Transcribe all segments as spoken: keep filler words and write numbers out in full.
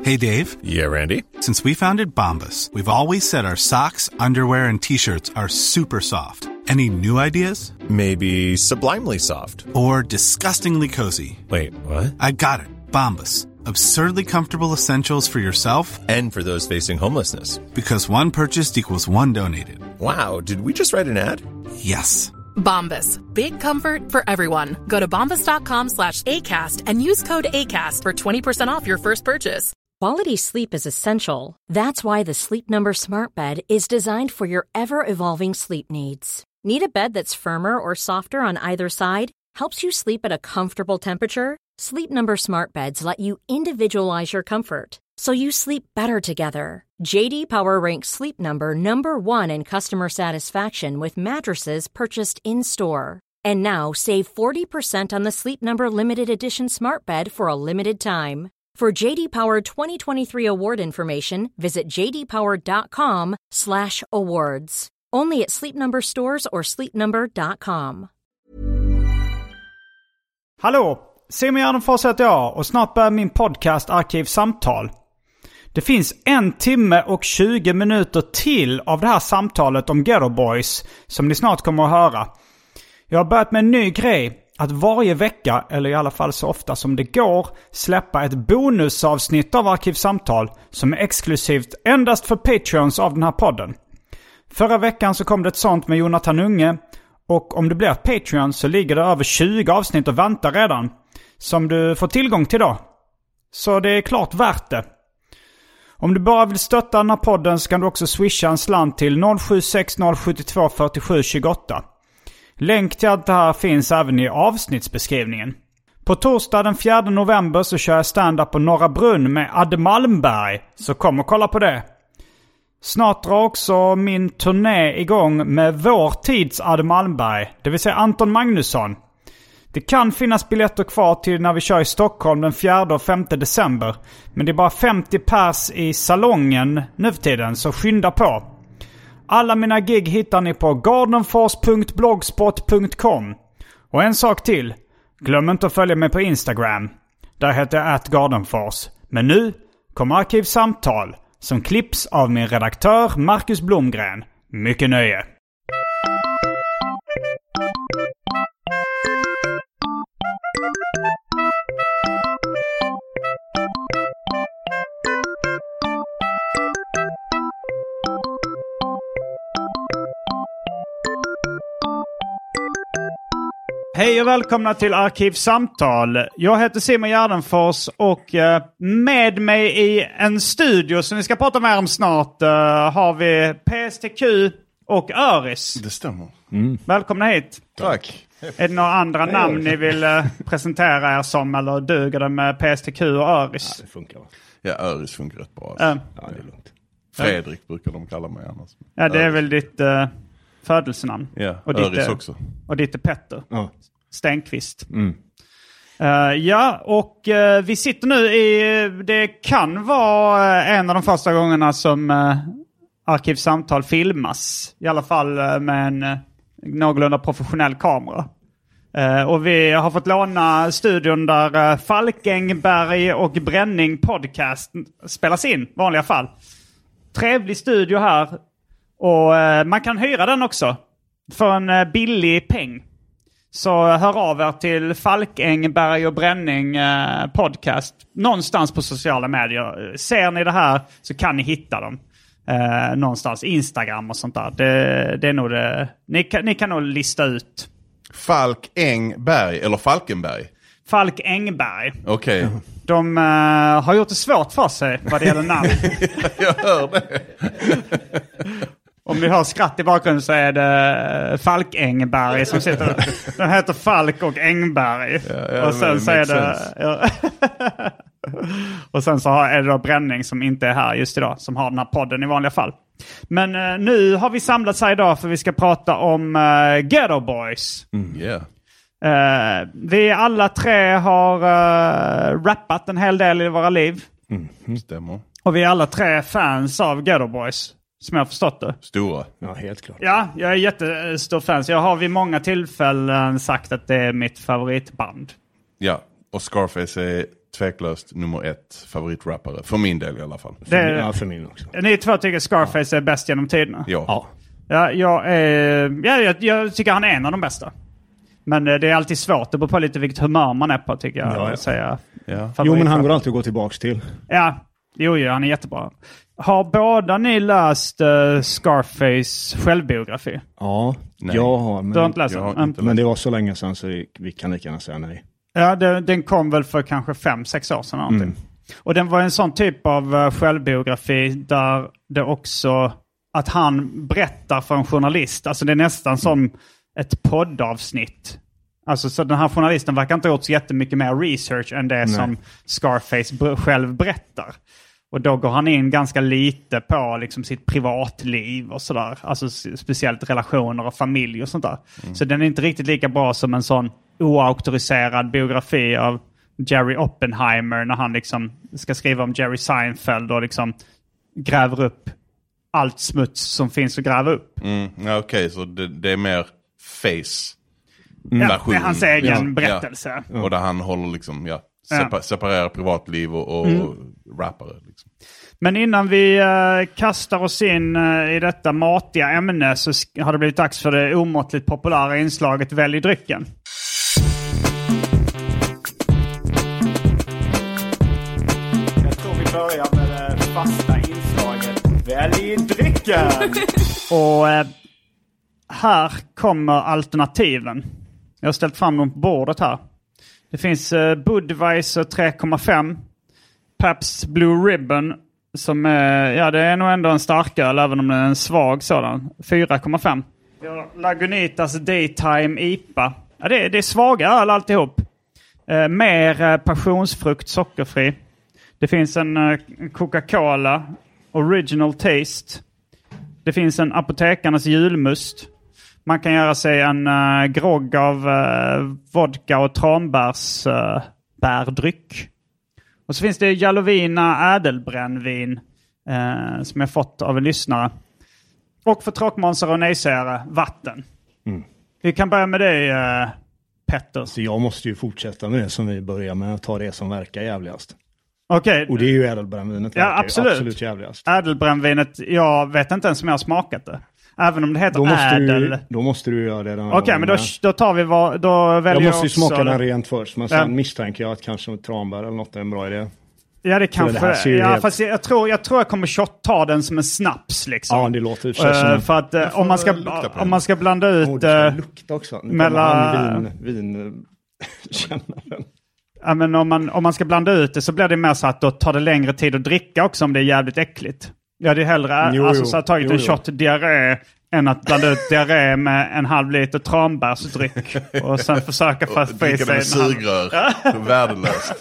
Hey, Dave. Yeah, Randy. Since we founded Bombas, we've always said our socks, underwear, and T-shirts are super soft. Any new ideas? Maybe sublimely soft. Or disgustingly cozy. Wait, what? I got it. Bombas. Absurdly comfortable essentials for yourself and for those facing homelessness. Because one purchased equals one donated. Wow, did we just write an ad? Yes. Bombas. Big comfort for everyone. Go to bombas.com slash ACAST and use code ACAST for twenty percent off your first purchase. Quality sleep is essential. That's why the Sleep Number Smart Bed is designed for your ever-evolving sleep needs. Need a bed that's firmer or softer on either side? Helps you sleep at a comfortable temperature? Sleep Number Smart Beds let you individualize your comfort, so you sleep better together. J D Power ranks Sleep Number number one in customer satisfaction with mattresses purchased in-store. And now, save forty percent on the Sleep Number Limited Edition Smart Bed for a limited time. For J D Power twenty twenty-three award information, visit jdpower.com slash awards. Only at Sleep Number stores or sleep number dot com. Hallå, Simon Gärdenfors heter jag och snart börjar min podcast Arkivsamtal. Det finns en timme och tjugo minuter till av det här samtalet om Ghetto Boys som ni snart kommer att höra. Jag har börjat med en ny grej, att varje vecka, eller i alla fall så ofta som det går, släppa ett bonusavsnitt av Arkivsamtal som är exklusivt endast för Patreons av den här podden. Förra veckan så kom det ett sånt med Jonathan Unge, och om du blir Patreon så ligger det över tjugo avsnitt och väntar redan, som du får tillgång till då. Så det är klart värt det. Om du bara vill stötta den här podden så kan du också swisha en slant till noll sju sex noll sju två fyra sju två åtta. Länk till allt det här finns även i avsnittsbeskrivningen. På torsdag den fjärde november så kör jag stand-up på Norra Brunn med Adde Malmberg, så kom och kolla på det. Snart drar också min turné igång med vår tids Adde Malmberg, det vill säga Anton Magnusson. Det kan finnas biljetter kvar till när vi kör i Stockholm den fjärde och femte december. Men det är bara femtio pers i salongen nu för tiden, så skynda på. Alla mina gig hittar ni på gardenfors punkt blogspot punkt com. Och en sak till. Glöm inte att följa mig på Instagram. Där heter jag at gardenfors. Men nu kommer Arkivsamtal som klipps av min redaktör Marcus Blomgren. Mycket nöje. Hej och välkomna till Arkivsamtal. Jag heter Simon Gärdenfors och med mig i en studio som vi ska prata mer om snart har vi P S T Q och Öris. Det stämmer. Mm. Välkomna hit. Tack. Är det några andra Hej. namn ni vill presentera er som, eller duger det med P S T Q och Öris? Ja, det funkar. Ja, Öris funkar rätt bra. Alltså. Uh. Ja, det är lugnt. Fredrik ja. brukar de kalla mig annars. Ja, det är Öris. väl ditt uh, födelsenamn. Ja, och Öris ditt, också. Och ditt är Petter. Ja. Stenqvist. Mm. Uh, ja, och uh, vi sitter nu i... Det kan vara uh, en av de första gångerna som uh, Arkivsamtal filmas. I alla fall uh, med en uh, någorlunda professionell kamera. Uh, och vi har fått låna studion där uh, Falkenberg och Bränning podcast spelas in, vanliga fall. Trevlig studio här. Och uh, man kan hyra den också. För en uh, billig peng. Så hör av er till Falkenberg och Bränning eh, podcast. Någonstans på sociala medier. Ser ni det här så kan ni hitta dem. Eh, någonstans. Instagram och sånt där. Det, det är nog det. Ni kan, ni kan nog lista ut. Falkenberg eller Falkenberg? Falkenberg. Okej. Okay. De eh, har gjort det svårt för sig vad det gäller namn. Jag hör det. Om ni hör skratt i bakgrunden så är det Falk Engberg som sitter. Den heter Falk och Engberg. Ja, ja, och sen så är det... Ja. Och sen så är det då Bränning som inte är här just idag. Som har den här podden i vanliga fall. Men uh, nu har vi samlats här idag för vi ska prata om uh, Ghetto Boys. Mm, yeah. uh, vi alla tre har uh, rappat en hel del i våra liv. Mm, stämmer. Och vi är alla tre fans av Ghetto Boys. Som jag har förstått det. Stora. Ja, helt klart. Ja, jag är jättestor fan. Jag har vid många tillfällen sagt att det är mitt favoritband. Ja, och Scarface är tveklöst nummer ett favoritrappare. För min del i alla fall. Det är, ja, för min också. Ni två tycker Scarface är bäst genom tiderna? Ja. Ja. Ja, jag, är, ja jag, jag tycker han är en av de bästa. Men det är alltid svårt. Det beror på lite vilket humör man är på, tycker jag. Ja, ja. Att säga. Ja. Jo, men han går alltid att gå tillbaka till. Ja, jo, jo, han är jättebra. Har båda ni läst uh, Scarface självbiografi? Ja, Nej. jag har. Men, Du har inte läst jag har den? inte men det var så länge sedan så vi kan lika gärna säga nej. Ja, det, den kom väl för kanske fem, sex år sedan. Mm. Och den var en sån typ av uh, självbiografi där det också... Att han berättar för en journalist. Alltså det är nästan mm. som ett poddavsnitt. Alltså så den här journalisten verkar inte ha gjort så jättemycket mer research än det Nej. som Scarface b- själv berättar. Och då går han in ganska lite på liksom sitt privatliv och sådär. Alltså speciellt relationer och familj och sånt där. Mm. Så den är inte riktigt lika bra som en sån oauktoriserad biografi av Jerry Oppenheimer när han liksom ska skriva om Jerry Seinfeld och liksom gräver upp allt smuts som finns att gräva upp. Mm, ja, okej, okay, så det, det är mer face. Mm. Ja, det är hans egen ja. berättelse. Ja. Och där han håller liksom, ja, separ- ja. separerar privatliv och, och mm. rappare. Liksom. Men innan vi uh, kastar oss in uh, i detta matiga ämne så sk- har det blivit dags för det omåttligt populära inslaget Välj drycken. Jag tror vi börjar med det fasta inslaget Välj drycken. Och uh, här kommer alternativen. Jag har ställt fram dem på bordet här. Det finns uh, Budweiser tre komma fem, Pabst Blue Ribbon som är, ja det är nog ändå en starkare även om den är en svag sådan, fyra komma fem. Vi har Lagunitas Daytime I P A. Ja, det, är, det är svaga öl alltihop. Uh, mer uh, passionsfrukt sockerfri. Det finns en uh, Coca-Cola Original Taste. Det finns en Apotekarnas julmust. Man kan göra sig en uh, grogg av uh, vodka och tranbärs uh, bärdryck. Och så finns det Jalovina ädelbrännvin uh, som jag fått av en lyssnare. Och för tråkmånsar och nejsägare, vatten. Mm. Vi kan börja med dig, uh, Petter. Så jag måste ju fortsätta med det som vi börjar med att ta det som verkar jävligast. Okej. Okay. Och det är ju ädelbrännvinet. Ja, absolut. absolut jävligast. Ädelbrännvinet, jag vet inte ens om jag har smakat det. Även om det heter då måste ädel. Du, då måste du göra det. Okej, okay, men då, då tar vi vad, då väljer jag måste ju smaka också, den rent först. Men sen ja. misstänker jag att kanske tranbär eller något är en bra idé. Ja, det kanske. Det ja, helt... fast jag, jag, tror, jag tror jag kommer shot ta den som en snaps liksom. Ja, det låter för sig uh, För att uh, om, man ska, om man ska blanda ut... Oh, det ska lukta också. Nu mellan... vin, vin kännaren. Ja, men om man, om man ska blanda ut det så blir det mer så att då tar det längre tid att dricka också om det är jävligt äckligt. Ja, det är hellre jo, alltså, jo. så att tagit jo, en jo. shot diarré än att blanda ut diarré med en halv liter tranbärsdryck och sen försöka få i sig en sugrör. Värdelöst.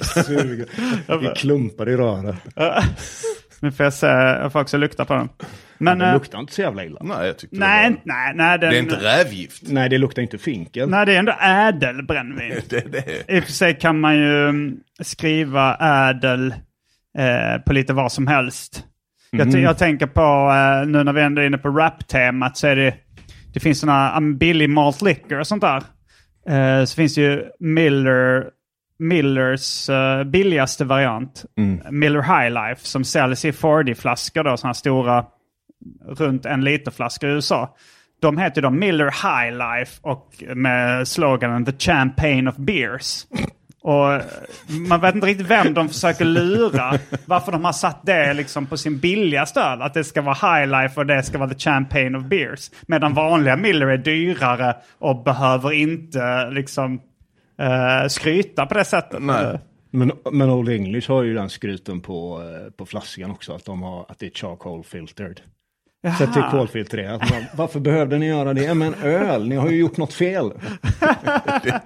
Sugrör. Det klumpar i röret. Nu får jag se, jag får också lukta på den. Men det luktar inte så jävla illa. Nej, jag tyckte nej, det var... nej, nej, den... Det är inte rävgift. Nej, det luktar inte finkel. Nej, det är ändå ädelbrännvin. det är det. I och för sig kan man ju skriva ädel eh, på lite vad som helst. Mm. Jag, t- jag tänker på, eh, nu när vi ändå är inne på rap-temat så är det, det finns sådana um, billig malt liquor och sånt där. Eh, så finns det ju Miller, Millers uh, billigaste variant. Mm. Miller High Life som säljs i fyrtio-flaskor då, sådana stora runt en liter flaskor i U S A. De heter då Miller High Life och med sloganen The Champagne of Beers. Och man vet inte riktigt vem de försöker lura. Varför de har satt det liksom på sin billigaste öl. Att det ska vara High Life och det ska vara The Champagne of Beers. Medan vanliga Miller är dyrare och behöver inte liksom uh, skryta på det sättet. Nej. Men, men Old English har ju den skryten på, på flaskan också. Att, de har, att det är charcoal filtered. Jaha. Så att det är kolfiltrerat. Varför behövde ni göra det? Men öl, ni har ju gjort något fel. det,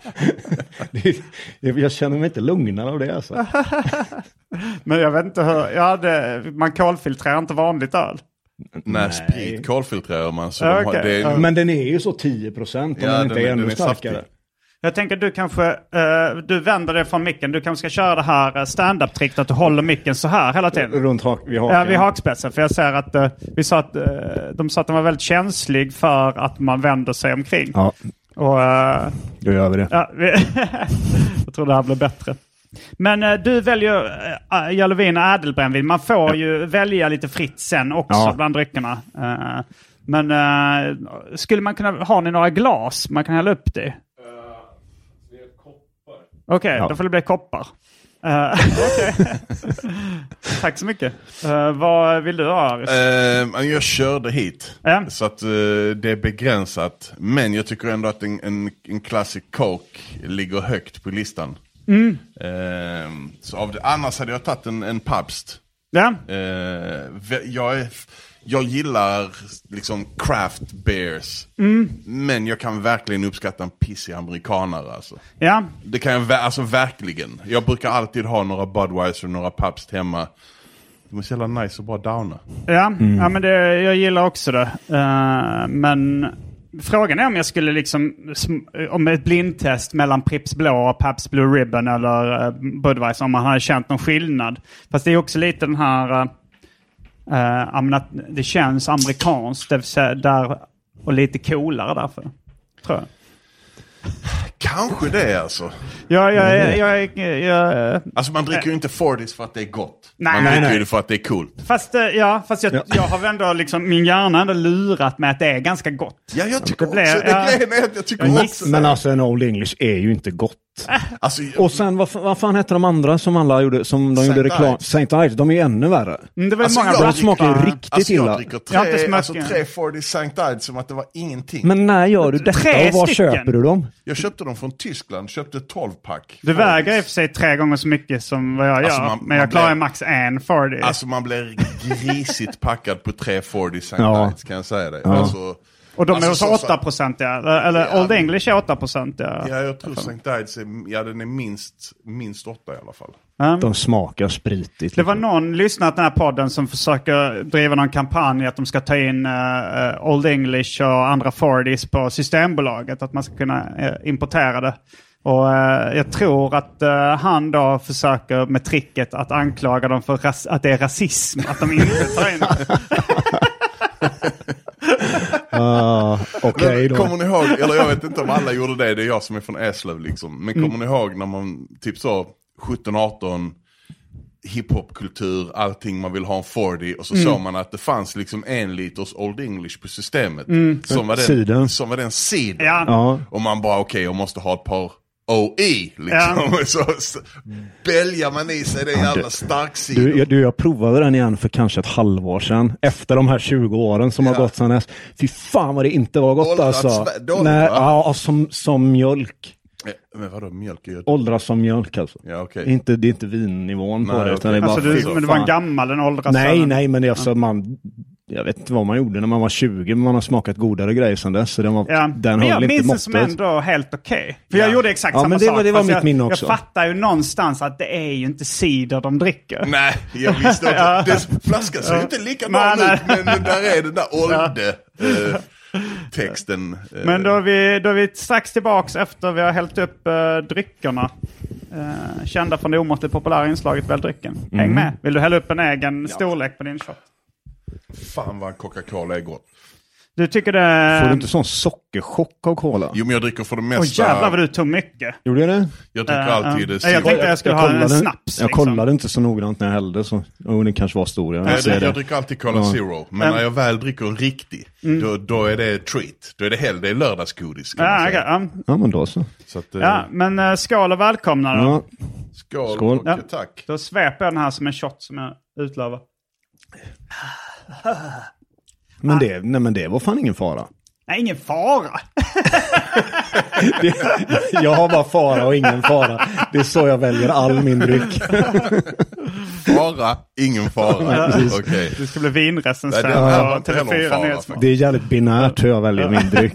det, jag känner mig inte lugnare av det alltså. Men jag vet inte hur, ja det, man kolfiltrerar inte vanligt öl. Nej, sprit kolfiltrerar man. Så ja, de okay. har, det är... Men den är ju så tio procent om ja, den inte den, är ännu den är starkare. saftig. Jag tänker du kanske, uh, du vänder dig från micken. Du kanske ska köra det här stand-up-tricket att du håller micken så här hela tiden. Runt hak, vid haken. Ja, vid hakspetsen. För jag ser att uh, vi sa att uh, de sa att den var väldigt känslig för att man vänder sig omkring. Ja, och, uh, då gör vi det. Ja, vi jag tror det här blir bättre. Men uh, du väljer uh, Jalouvin och ädelbrännvin. Man får ja. ju välja lite fritt sen också ja. bland dryckerna. Uh, men uh, skulle man kunna, har ni några glas? Man kan hälla upp det. Uh, det är koppar. Okej, okay, ja. då får det bli koppar. Uh, okay. Tack så mycket. Uh, vad vill du ha? Uh, jag körde hit. Uh. Så att uh, det är begränsat. Men jag tycker ändå att en, en, en Classic Coke ligger högt på listan. Mm. Uh, så av det, annars hade jag tagit en, en Pabst. Ja. Uh, jag, är, jag gillar liksom craft beers. Mm. Men jag kan verkligen uppskatta en pissig amerikanare. Alltså. Ja. Det kan jag alltså verkligen. Jag brukar alltid ha några Budweiser och några Pabst hemma. De är så jävla nice och bara downa. Ja, mm. ja men det, jag gillar också det. Uh, men frågan är om jag skulle liksom, om ett blindtest mellan Pripps Blå och Pabst Blue Ribbon eller uh, Budweiser, om man hade känt någon skillnad. Fast det är också lite den här, uh, uh, att det känns amerikanskt, det vill säga där, och lite coolare därför, tror jag. Kanske det alltså. Ja, jag, jag, jag, jag, jag alltså man dricker ju inte fyrtio för att det är gott. Nej, man nej, dricker nej. ju det för att det är coolt. Fast, ja, fast jag, ja. jag har ändå liksom, min hjärna ändå lurat med att det är ganska gott. Ja, jag tycker det blir, också. Ja, det är, jag tycker jag också. Men alltså en Old English är ju inte gott. Alltså, och sen, vad, vad fan heter de andra som alla gjorde, som de Saint gjorde reklam? Ides. Saint Ides, de är ju ännu värre. Mm, det var alltså, många jag bra de smakar ju riktigt alltså, illa. Jag dricker Jag har inte tre, smakat. alltså, tre fyrtio Saint Ides som att det var ingenting. Men när gör du detta Tre och var stycken. köper du dem? Jag köpte dem från Tyskland, köpte tolv-pack. Du väger i och för sig tre gånger så mycket som vad jag gör. Alltså, man- men jag man klarar blir- max en fyrtio. Alltså man blir grisigt packad på tre fyrtio Saint Ja. Ides, kan jag säga det. Ja. Alltså, och de alltså, är också så- så- åtta procent, ja. Eller, eller Ja. Old English är åtta procent, ja. Ja, jag tror Saint Ides är, ja, den är minst, minst åtta i alla fall. Um, De smakar spritigt. det var liksom. någon lyssnare till den här podden som försöker driva någon kampanj att de ska ta in uh, Old English och andra fyrtios på Systembolaget. Att man ska kunna uh, importera det. Och uh, jag tror att uh, han då försöker med tricket att anklaga dem för ras- att det är rasism. Att de inte tar in det. Ah, okej då. Kommer ni ihåg, eller jag vet inte om alla gjorde det, det är jag som är från Eslöv liksom. Men kommer Mm. ni ihåg när man typ så sjutton arton hiphopkultur, allting man vill ha en fyrtio och så Mm. såg man att det fanns liksom en liters Old English på systemet. Som var den Siden. som var den sidan. Ja. Ja. Och man bara okej, okay, jag måste ha ett par O E liksom. Ja. så, så bäljar man i sig den jävla starksidan. Du, jag, du, jag provade den igen för kanske ett halvår sedan. Efter de här tjugo åren som Ja. har gått sedan dess. Fy fan vad det inte var gott Åldrats alltså. vä- dåligt, Nej, va? ja, som, som mjölk. Men vadå, mjölk är ju... Åldras som mjölk alltså. Ja, okej. Inte, det är inte vinnivån på Nej, det. okej. Utan det är bara Alltså, du, fy men det var en fan. gammal, en åldras. Nej, nej, men det är alltså man... Jag vet inte vad man gjorde när man var tjugo, men man har smakat godare grejer sedan dess. Så den, var, Ja. den Men jag höll inte minns det som måttet. ändå helt okej. För Ja. jag gjorde exakt Ja, samma men det sak. var- det var fast mitt jag, minne också. Jag fattar ju någonstans att det är ju inte cider de dricker. Nej, jag visste också. Ja. Den flaskan ser ju inte likadan Nej, ut, men där är den där olde eh, texten. Eh. Men då är, vi, då är vi strax tillbaks efter vi har hällt upp eh, dryckerna. Eh, kända från det omåttligt populära inslaget Välj drycken. Häng med. Vill du hälla upp en egen storlek på din shot? Fan vad Coca-Cola är gott. Du tycker det... Får du inte sån sockerchock av cola? Jo, men jag dricker för det Åh mesta... jävlar vad du tog mycket. Gjorde jag det? Jag dricker Eh, alltid eh. det. Nej, jag tänkte jag skulle ha en snaps. Jag liksom. kollade inte så noggrant när jag hällde. Så, oh, det kanske var stor. Jag, Jag, ser dricker, det. jag dricker alltid Cola Ja. Zero. Men Mm. när jag väl dricker en riktig, då, då är det treat. Då är det hell, det är lördagsgodis. kan man Ja, säga. okej, ja. Ja, men då så. Så att, eh, Ja, men uh, skål och välkomna då. Ja. skål, Skål. och Ja. tack. Då sveper jag den här som en shot som jag utlovar. Men, det, nej, men det var fan ingen fara. Nej, ingen fara. Det, jag har bara fara och ingen fara. Det är så jag väljer all min dryck. Fara, ingen fara. Okej. Du ska bli vinrecensent Nej, det här var på inte T V heller en fyra fara, Nyhetsmorgon. Det är jävligt binärt hur jag väljer min dryck.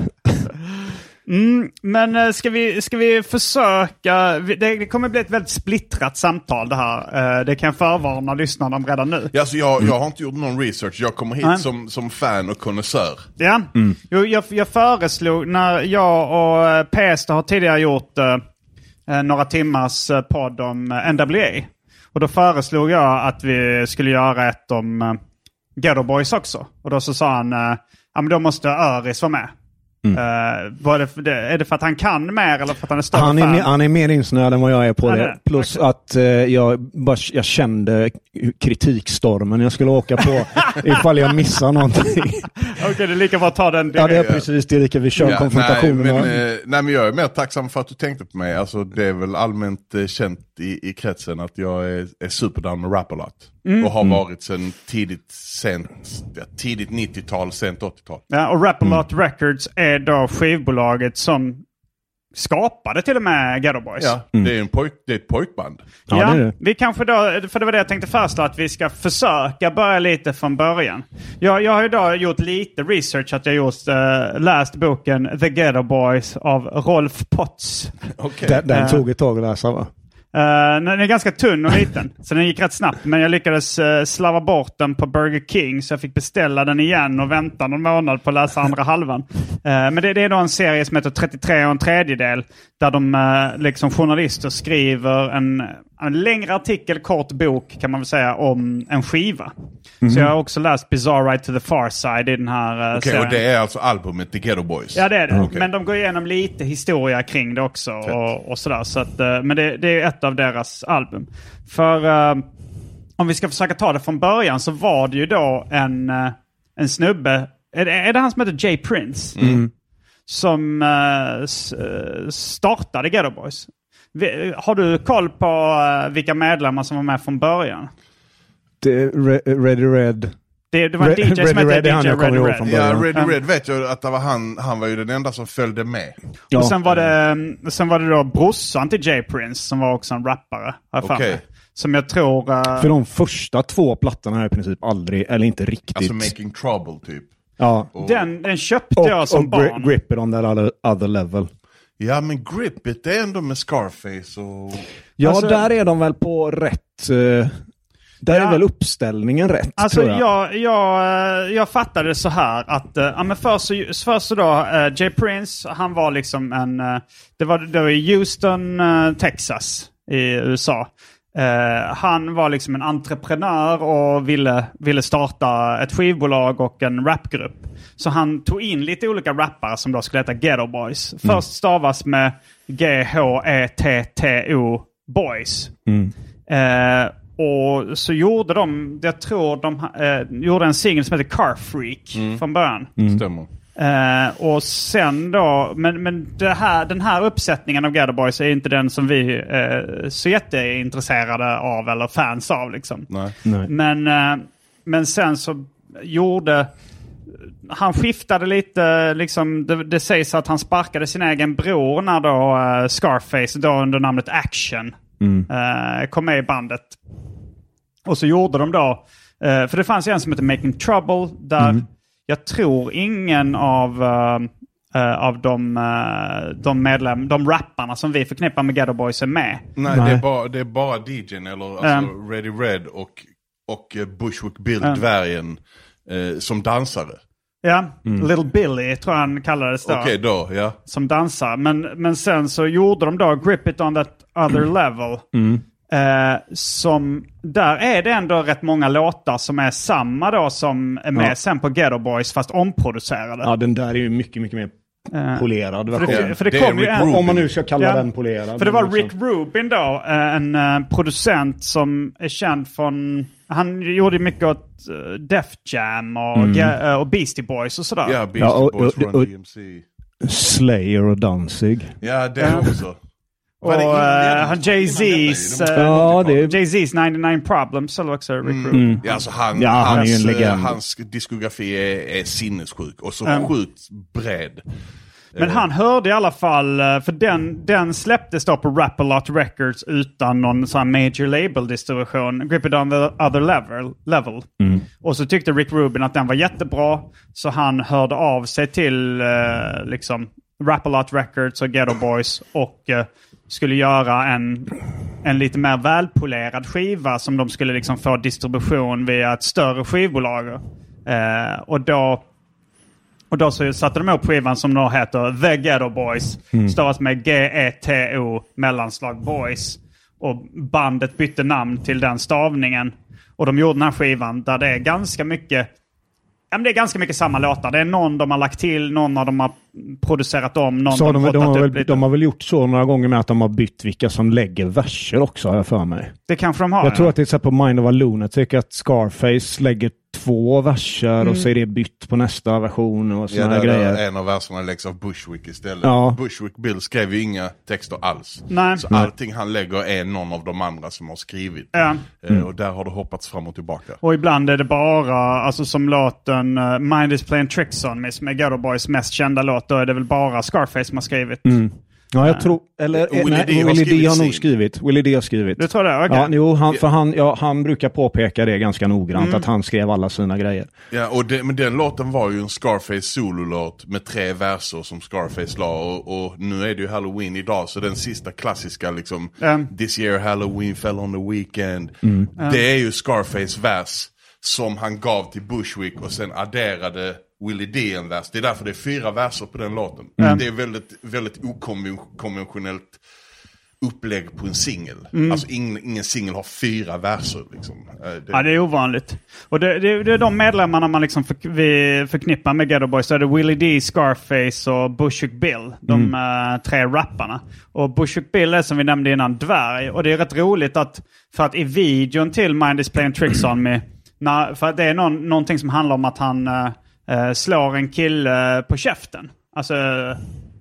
Mm, men eh, ska vi, ska vi försöka... vi- Det, det kommer bli ett väldigt splittrat samtal det här. Eh, det kan jag förvarna lyssnarna om redan nu. Ja, alltså jag, jag har inte gjort någon research. Jag kommer hit Nej. som, som fan och konnässör. Ja, jo, jag, jag föreslog när jag och eh, P S har tidigare gjort eh, eh, några timmars eh, podd om eh, N W A. Och då föreslog jag att vi skulle göra ett om eh, Ghetto Boys också. Och då så sa han, eh, ja men då måste Öris vara med. Mm. Uh, var det för det, är det för att han kan mer eller för att han är större han är fan? Mer, han är mer insnöad än vad jag är på ja, det. det. Plus okay. att uh, jag, bara, jag kände kritikstormen jag skulle åka på ifall jag missar någonting. Okej, okay, det är lika bra att ta den. Ja, det är precis det. Lika vi kör ja, konfrontationen. Nej men, eh, nej, men jag är mer tacksam för att du tänkte på mig. Alltså, det är väl allmänt eh, känt i, i kretsen att jag är, är superdown med Rap-A-Lot. Mm. Och har mm. varit sedan tidigt, sent, ja, tidigt nittiotal, sent åttiotal. Ja, och Rap-A-Lot mm. Records är då skivbolaget som skapade till och med Ghetto Boys. Ja, mm. det, är en pojk, det är ett pojkband. Ja, ja det är det. Vi kanske då, för det var det jag tänkte först, att vi ska försöka börja lite från början. Jag, jag har ju då gjort lite research, att jag just uh, läst boken The Ghetto Boys av Rolf Potts. Okay. Den, den tog ett tag att läsa, va? Uh, den är ganska tunn och liten, så den gick rätt snabbt. Men jag lyckades uh, slava bort den på Burger King, så jag fick beställa den igen och vänta någon månad på att läsa andra halvan. Uh, men det, det är då en serie som heter trettiotre och en tredjedel, där de uh, liksom journalister skriver en, en längre artikel, kort bok kan man väl säga, om en skiva. Mm-hmm. Så jag har också läst Bizarre Ride to the Far Side i den här uh, okay, serien. Och det är alltså albumet The Ghetto Boys? Ja, det är det. Mm. Okay. Men de går igenom lite historia kring det också och, och sådär. Så att, uh, men det, det är ett av deras album. För uh, om vi ska försöka ta det från början, så var det ju då en, uh, en snubbe, är det, är det han som heter Jay Prince? Mm. Som uh, s- startade Ghetto Boys. Har du koll på uh, vilka medlemmar som var med från början? Det, Re- Ready Red. Det, det var en D J Red, som hette Red, D J han Ready Red. Red. Ja, Ready um, Red vet jag att det var han, han var ju den enda som följde med. Ja. Och sen var det sen var det då brorsan till Jay Prince som var också en rappare. Okay. Som jag tror... Uh... För de första två plattorna är i princip aldrig, eller inte riktigt. Alltså Making Trouble typ. Ja. Och... Den, den köpte och, jag som och barn. Grip It on that other, other level. Ja, men Grip It, det är ändå med Scarface och... Ja, alltså... där är de väl på rätt... Uh... Där ja. är väl uppställningen rätt, alltså, tror jag. jag. Jag, jag fattade så här att ja, men först, först då, uh, Jay Prince, han var liksom en... Uh, det, var, det var i Houston, uh, Texas i U S A. Uh, han var liksom en entreprenör och ville, ville starta ett skivbolag och en rapgrupp. Så han tog in lite olika rappare som då skulle heta Ghetto Boys. Mm. Först stavas med G H E T T O Boys. Mm. Uh, Och så gjorde de, jag tror de eh, gjorde en singel som heter Car Freak mm. från början. Mm. Stämmer. Eh, och sen då, men, men det här, den här uppsättningen av Ghetto Boys är inte den som vi eh, så jätteintresserade av eller fans av liksom. Nej. Nej. Men, eh, men sen så gjorde, han skiftade lite, liksom, det, det sägs att han sparkade sin egen bror när då eh, Scarface, då under namnet Action, mm. eh, kom med i bandet. Och så gjorde de då, eh, för det fanns en som heter Making Trouble, där mm. jag tror ingen av, uh, uh, av de, uh, de medlem, de rapparna som vi förknippar med Ghetto Boys är med. Nej, Nej. Det, är bara, det är bara D J:n eller alltså um, Ready Red och, och Bushwick Bill, um, dvärgen, uh, som dansare. Ja, mm. Little Billy tror jag han kallades då. Okej, okay, då, ja. Som dansar. Men, men sen så gjorde de då Grip It on that other mm. level. Mm. Eh, som, där är det ändå rätt många låtar som är samma då som är med ja. sen på Ghetto Boys, fast omproducerade. Ja, den där är ju mycket, mycket mer polerad. För det, för det, det kom ju en, om man nu ska kalla ja, den polerad. För det var Rick Rubin då, en uh, producent som är känd från... Han gjorde mycket åt uh, Def Jam och, mm. uh, och Beastie Boys och sådär. Ja, Beastie ja, och, Boys, och, Run och, D M C. Slayer och Danzig. Ja, det ja. också. Och uh, han Jay-Z's uh, ja, det... Jay-Z's nittionio Problems eller också Rick Rubin. Mm. Ja, alltså han, ja, han hans, är ju en legend. Hans diskografi är, är sinnessjuk och så mm. sjukt bred. Men han hörde i alla fall, för den, den släpptes då på Rap-A-Lot Records utan någon sån major label-distribution. Grip It on the other level. level. Mm. Och så tyckte Rick Rubin att den var jättebra. Så han hörde av sig till eh, liksom Rap-A-Lot Records och Ghetto Boys och eh, skulle göra en, en lite mer välpolerad skiva som de skulle liksom få distribution via ett större skivbolag. Eh, och då Och då så satte de upp skivan som då heter The Ghetto Boys. Mm. Stavas med G E T O mellanslag Boys. Och bandet bytte namn till den stavningen. Och de gjorde den här skivan där det är ganska mycket Ja, men det är ganska mycket samma låtar. Det är någon de har lagt till, någon av dem har producerat om, någon så de, de, de, har väl, lite. de har väl gjort så några gånger med att de har bytt vilka som lägger verser också, har jag för mig. Det kanske de har. Jag ja. tror att det är så på Mind of a Lunatic att Scarface lägger två verser mm. och så är det bytt på nästa version och såna ja, grejer. Ja, en av verserna läggs av Bushwick istället. Ja. Bushwick Bill skrev ju inga texter alls. Nej. Så allting han lägger är någon av de andra som har skrivit. Ja. Mm. Och där har det hoppats fram och tillbaka. Och ibland är det bara, alltså som låten uh, Mind is playing tricks on me, som är Ghetto Boys mest kända låt, då är det väl bara Scarface som har skrivit. Mm. Ja, jag tror... Eller, Willie nej, D har, Willie D har nog sin. skrivit. Willie D har skrivit. Du tror det? Okej. Ja, jo, han, för han, ja, han brukar påpeka det ganska noggrant, Mm. att han skrev alla sina grejer. Ja, och det, men den låten var ju en Scarface sololåt med tre verser som Scarface la. Och, och nu är det ju Halloween idag, så den sista klassiska liksom Mm. This year Halloween fell on the weekend. Mm. Det är ju Scarface vers som han gav till Bushwick och sen adderade Willie D en vers. Det är därför det är fyra verser på den låten. Mm. Det är väldigt, väldigt okonventionellt upplägg på en singel. Mm. Alltså ingen, ingen singel har fyra verser liksom. Det... Ja, det är ovanligt. Och det, det, det är de medlemmarna man liksom för, vi förknippar med Ghetto Boys. Så är det Willie D, Scarface och Bushwick Bill. De mm. uh, tre rapparna. Och Bushwick Bill är, som vi nämnde innan, dvärg. Och det är rätt roligt att, för att i videon till Mind is playing tricks on me, när, för att det är någon, någonting som handlar om att han uh, uh, slår en kille på käften. Alltså... Uh,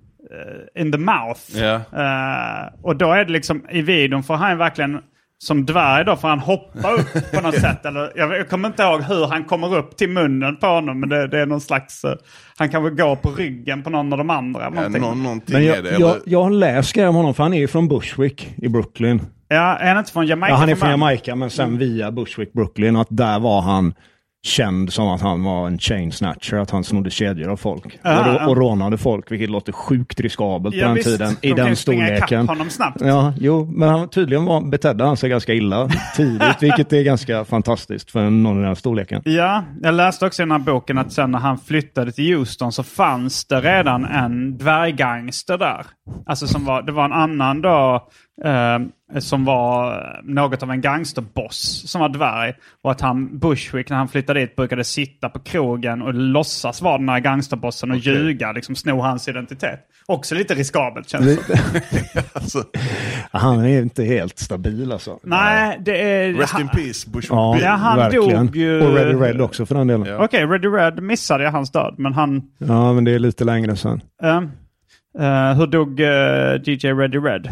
in the mouth. Yeah. Uh, och då är det liksom i videon får han verkligen som dvärg då får han hoppa upp på något sätt. Eller, jag, jag kommer inte ihåg hur han kommer upp till munnen på honom, men det, det är någon slags uh, han kan väl gå på ryggen på någon av de andra. Ja, någonting. någon, någonting Men jag, är det. Eller... jag, jag har läst grejer om honom, för han är ju från Bushwick i Brooklyn. Ja, är han inte från Jamaica? Ja, han är från från början? Jamaica, men sen mm. via Bushwick, Brooklyn, att där var han känd som att han var en chain snatcher, att han snodde kedjor av folk. Ja, och, ja. och rånade folk, vilket låter sjukt riskabelt Ja, på den visst. tiden. De I kan den ju springa ikapp storleken. honom snabbt. Ja, jo, men han, tydligen var, betedde han sig ganska illa tidigt, vilket är ganska fantastiskt för någon i den här storleken. Ja, jag läste också i den här boken att sen när han flyttade till Houston så fanns det redan en dvärggangster där. Alltså som var, det var en annan då eh, som var något av en gangsterboss som var dvärg. Och att han, Bushwick, när han flyttade dit brukade sitta på krogen och låtsas vara den här gangsterbossen och okay. ljuga, liksom sno hans identitet. Också lite riskabelt känns det. alltså. Han är inte helt stabil alltså. Nej, det är... Rest han, in peace, Bushwick ja, Bill. Ja, han verkligen. dog ju... Och Ready Red också för den delen. Ja. Okej, okay, Ready Red missade jag hans död, men han... Ja, men det är lite längre sen. Uh, uh, hur dog uh, D J Ready Red?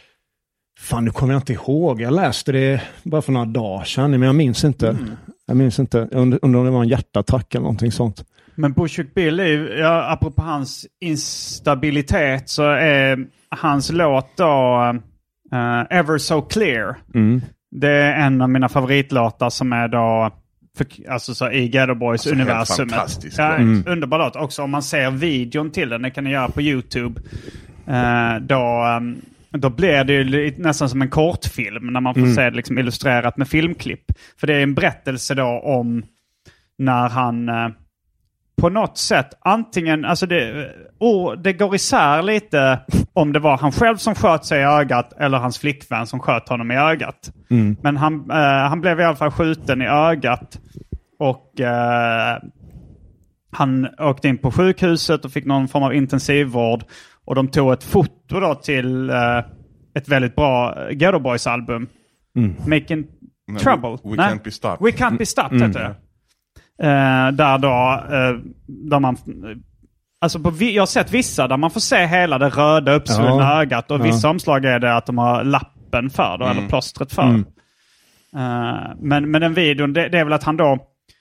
Fan, nu kommer jag inte ihåg. Jag läste det bara för några dagar sedan, men jag minns inte. Mm. Jag minns inte. Jag undrar om det var en hjärtattack eller någonting sånt. Men Bushwick Bill är ju, ja, apropå hans instabilitet, så är hans låt då uh, Ever So Clear. Mm. Det är en av mina favoritlåtar som är då för, alltså så i Ghetto Boys alltså universumet. Fantastiskt. Ja, mm. Underbar låt. Också om man ser videon till den, det kan ni göra på YouTube. Uh, då... Um, Då blir det ju nästan som en kortfilm när man får mm. se det liksom illustrerat med filmklipp. För det är en berättelse då om när han eh, på något sätt antingen, alltså det, oh, det går isär lite om det var han själv som sköt sig i ögat eller hans flickvän som sköt honom i ögat. Mm. Men han, eh, han blev i alla fall skjuten i ögat och eh, han åkte in på sjukhuset och fick någon form av intensivvård. Och de tog ett foto då till uh, ett väldigt bra Ghetto Boys album. Mm. Making no, Trouble. We, we Nej? Can't Be Stopped. We Can't Be Stopped mm. heter det. Uh, där då, uh, där man... Alltså på, jag har sett vissa där man får se hela det röda uppsvullna ja. ögat. Och ja. vissa omslag är det att de har lappen för då, mm. eller plåstret för. Mm. Uh, men, men den videon, det, det är väl att han då...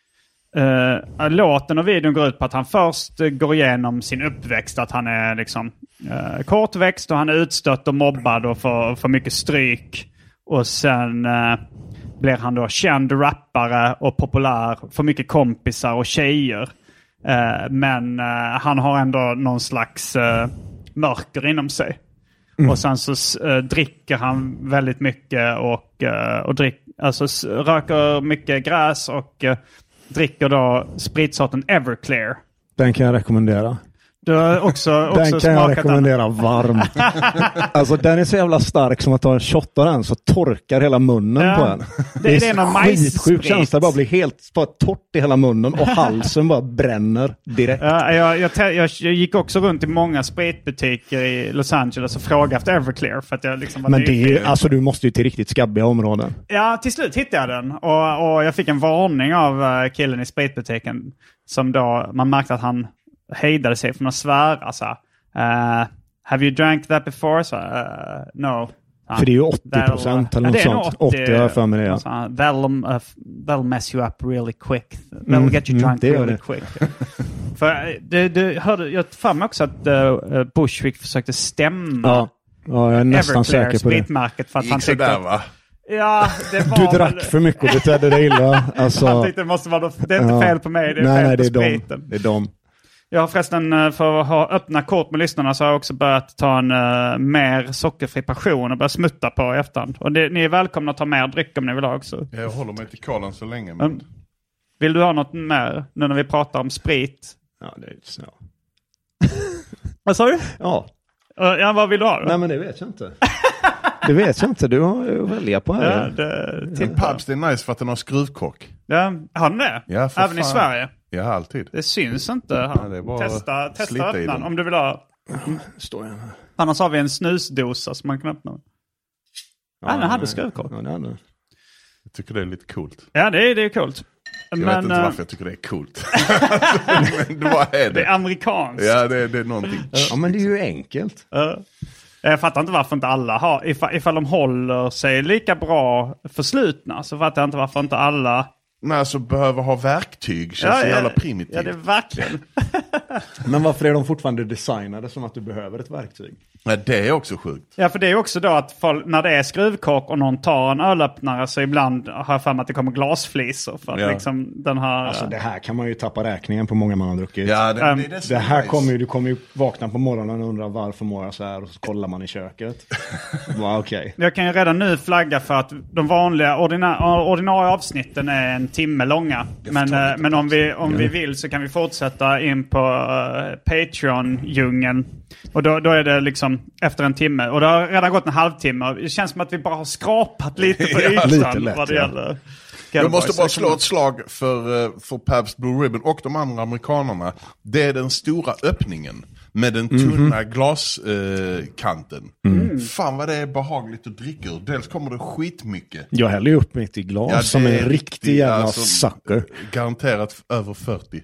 Uh, låten och videon går ut på att han först uh, går igenom sin uppväxt, att han är liksom uh, kortväxt och han är utstött och mobbad och får, får mycket stryk, och sen uh, blir han då känd rappare och populär, får mycket kompisar och tjejer, uh, men uh, han har ändå någon slags uh, mörker inom sig. Mm. Och sen så uh, dricker han väldigt mycket och, uh, och drick, alltså, röker mycket gräs och uh, dricker då spritsorten Everclear. Den kan jag rekommendera. Du har också, också den kan smakat jag rekommendera den. Varm. Alltså den är så jävla stark som att ta en shot av den så torkar hela munnen ja. på den. Det, det är, det är någon skitsjuk känsla. Bara blir helt bara torrt i hela munnen och halsen bara bränner direkt. Ja, jag, jag, jag, jag gick också runt i många spritbutiker i Los Angeles och frågade efter Everclear. För att jag liksom var Men det är, alltså du måste ju till riktigt skabbiga områden. Ja, till slut hittade jag den. Och, och jag fick en varning av killen i spritbutiken. Som då, man märkte att han hejdade sig från att svära så uh, have you drank that before? Så, uh, no. Uh, för det är ju åttio procent eller något sånt. åttio, åttio för mig det. Så, that'll, uh, that'll mess you up really quick. That'll mm, get you drunk mm, really det. quick. För det, det hörde jag fan också att uh, Bushwick försökte stämma ja. Ja, jag är nästan Everclear, säker på spritmärket för att gick han tyckte där, va? Ja, det var du drack för mycket och betedde dig illa. Alltså, han tyckte det måste vara det är inte ja. fel på mig, det är nej, fel nej, på det är spriten. Dom. Det är dom. Jag har förresten, för att ha öppna kort med lyssnarna, så har jag också börjat ta en uh, mer sockerfri passion och börja smutta på i efterhand. Och det, ni är välkomna att ta mer dryck om ni vill ha också. Jag håller mig till kolan så länge. Men... Mm. Vill du ha något mer nu när vi pratar om sprit? Ja, det är så. Vad sa du? Ja. Uh, ja, vad vill du ha då? Nej, men det vet jag inte. Det vet jag inte, du har ju att välja på här. Ja, det, till Pabs, det är nice för att den har skruvkock. Ja, har den det? Ja, även fan. I Sverige? Ja, alltid. Det syns inte. Ja, det är bara testa testa öppna om du vill ha. Mm. Står jag här. Annars har vi en snusdosa som man kan öppna. Ja, den hade skruvkock. Ja, det hade. Jag tycker det är lite coolt. Ja, det är, det är coolt. Jag men, vet inte varför jag tycker det är coolt. Men vad är det? Det är amerikanskt. Ja, det är, det är någonting. Ja, men det är ju enkelt. Uh. Jag fattar inte varför inte alla har, ifall, ifall de håller sig lika bra förslutna, så fattar jag inte varför inte alla... Nej, så behöver ha verktyg, känns ja, så ja, jävla primitivt. Ja, det är verkligen. Men varför är de fortfarande designade som att du behöver ett verktyg? Ja, det är också sjukt. Ja, för det är också då att folk, när det är skruvkock och någon tar en ölöppnare, så ibland har jag för mig att det kommer glasflisor. För att ja. liksom den här... Alltså det här kan man ju tappa räkningen på många man har druckit. Ja, det, um, det, är det, det här kommer ju, du kommer ju vakna på morgonen och undra varför mår jag så här, och så kollar man i köket. Bara, okay. Jag kan ju redan nu flagga för att de vanliga ordina- ordinarie avsnitten är en timme långa. Men, äh, men om, vi, om vi vill så kan vi fortsätta in på uh, Patreon-djungeln. Och då, då är det liksom efter en timme. Och det har redan gått en halvtimme. Det känns som att vi bara har skrapat lite på ja, ytan lite lätt, vad det ja. gäller. Jag måste bara slå ett slag för, för Pabst Blue Ribbon och de andra amerikanerna. Det är den stora öppningen med den tunna mm-hmm. glaskanten. Eh, mm. Fan vad det är behagligt att dricka ur. Dels kommer det skitmycket. Jag häller upp mitt i glas ja, som en riktig jävla alltså, sucker. Garanterat över fyrtio.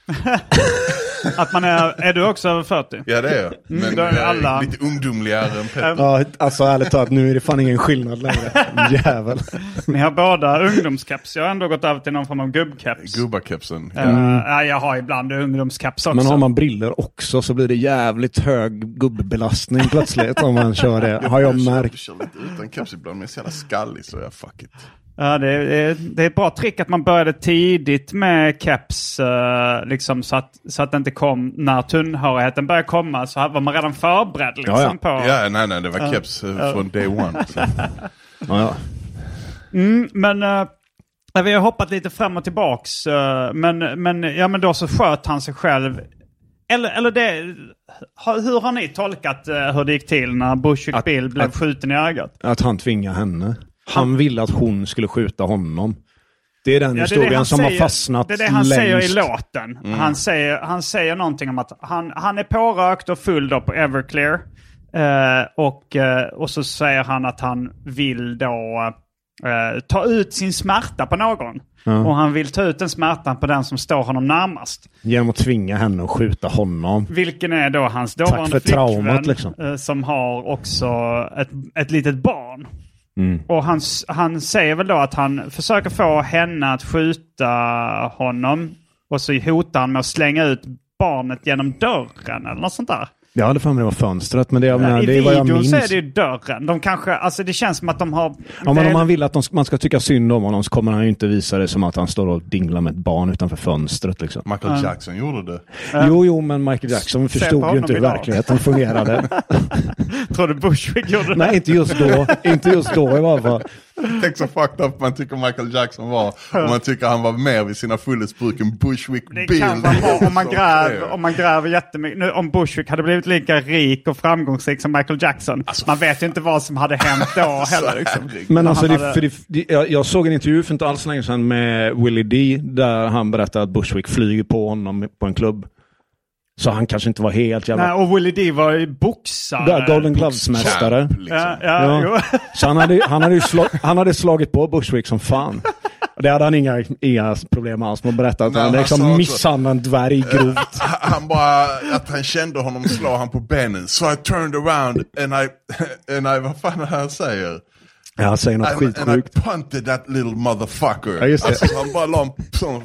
Att man är, är du också över fyrtio? Ja, det är jag. Men mm, är alla... lite ungdomligare än Petter. Ja, alltså ärligt talat, nu är det fan ingen skillnad längre. Jävel. Ni har båda ungdomskaps. Jag har ändå gått över till någon form av gubbkaps. Gubbakepsen. Ja. Mm. Ja, jag har ibland ungdomskaps också. Men har man briller också så blir det jävligt hög gubbbelastning plötsligt om man kör det. Har jag märkt. Jag kör lite utan keps ibland, men jag är så jävla skallig så jag fuck it. Ja, det är, det är ett bra trick att man började tidigt med keps uh, liksom, så, att, så att det inte kom när tunnhårigheten började komma, så var man redan förberedd liksom, ja, ja. på... Ja, nej, nej, det var keps uh, uh. från day one. ja, ja. Mm, men uh, vi har hoppat lite fram och tillbaks, uh, men, men, ja, men då så sköt han sig själv. Eller, eller det, hur har ni tolkat uh, hur det gick till när Bushwick att, Bill blev att, skjuten i ögat? Att han tvingade henne. Han ville att hon skulle skjuta honom. Det är den ja, historien det det som säger, har fastnat längst. Det är det han längst. säger i låten. Mm. Han, säger, han säger någonting om att han, han är pårökt och full då på Everclear. Uh, och, uh, och så säger han att han vill då uh, ta ut sin smärta på någon. Mm. Och han vill ta ut den smärtan på den som står honom närmast. Genom att tvinga henne att skjuta honom. Vilken är då hans dåvarande flickvän. Traumat, liksom. uh, som har också ett, ett litet barn. Mm. Och han, han säger väl då att han försöker få henne att skjuta honom. Och så hotar han med att slänga ut barnet genom dörren eller något sånt där. Ja, det för mig det var fönstret, men det, jag menar, ja, det är vad jag minns. I videon så är det ju dörren. De kanske, alltså det känns som att de har... Ja, men om man vill att de, man ska tycka synd om honom så kommer han ju inte visa det som att han står och dinglar med ett barn utanför fönstret. Liksom. Michael mm. Jackson gjorde det. Mm. Jo, jo, men Michael Jackson förstod ju inte hur verkligheten fungerade. Tror du Bushwick gjorde det? Nej, inte just då. Inte just då i alla fall. Tänk så fucked up man tycker Michael Jackson var. Och man tycker han var mer vid sina fullhetsbruk än Bushwick Bill. Det kan vara om man gräver, om man gräver jättemycket. Nu, om Bushwick hade blivit lika rik och framgångsrik som Michael Jackson. Alltså, man vet ju inte vad som hade hänt då heller. Liksom. Men alltså, det, hade... för det, det, jag, jag såg en intervju för inte alls länge sedan med Willie D. Där han berättade att Bushwick flyger på honom på en klubb. Så han kanske inte var helt jävla... Nej, och Willie D var ju boxare. Där, Golden Gloves-mästare. Liksom. Ja, ja, ja. Så han hade, han, hade slag, han hade slagit på Bushwick som fan. Och det hade han inga, inga problem alls med att berätta. Att Nej, han hade liksom misshandlat en dvärg grovt. Han bara, att han kände honom slå han på benen. So I turned around and I, and I vad fan är det han säger? Ja, han säger något and, skitsjukt. And I punted that little motherfucker. Ja, just det. Alltså, han bara la en sån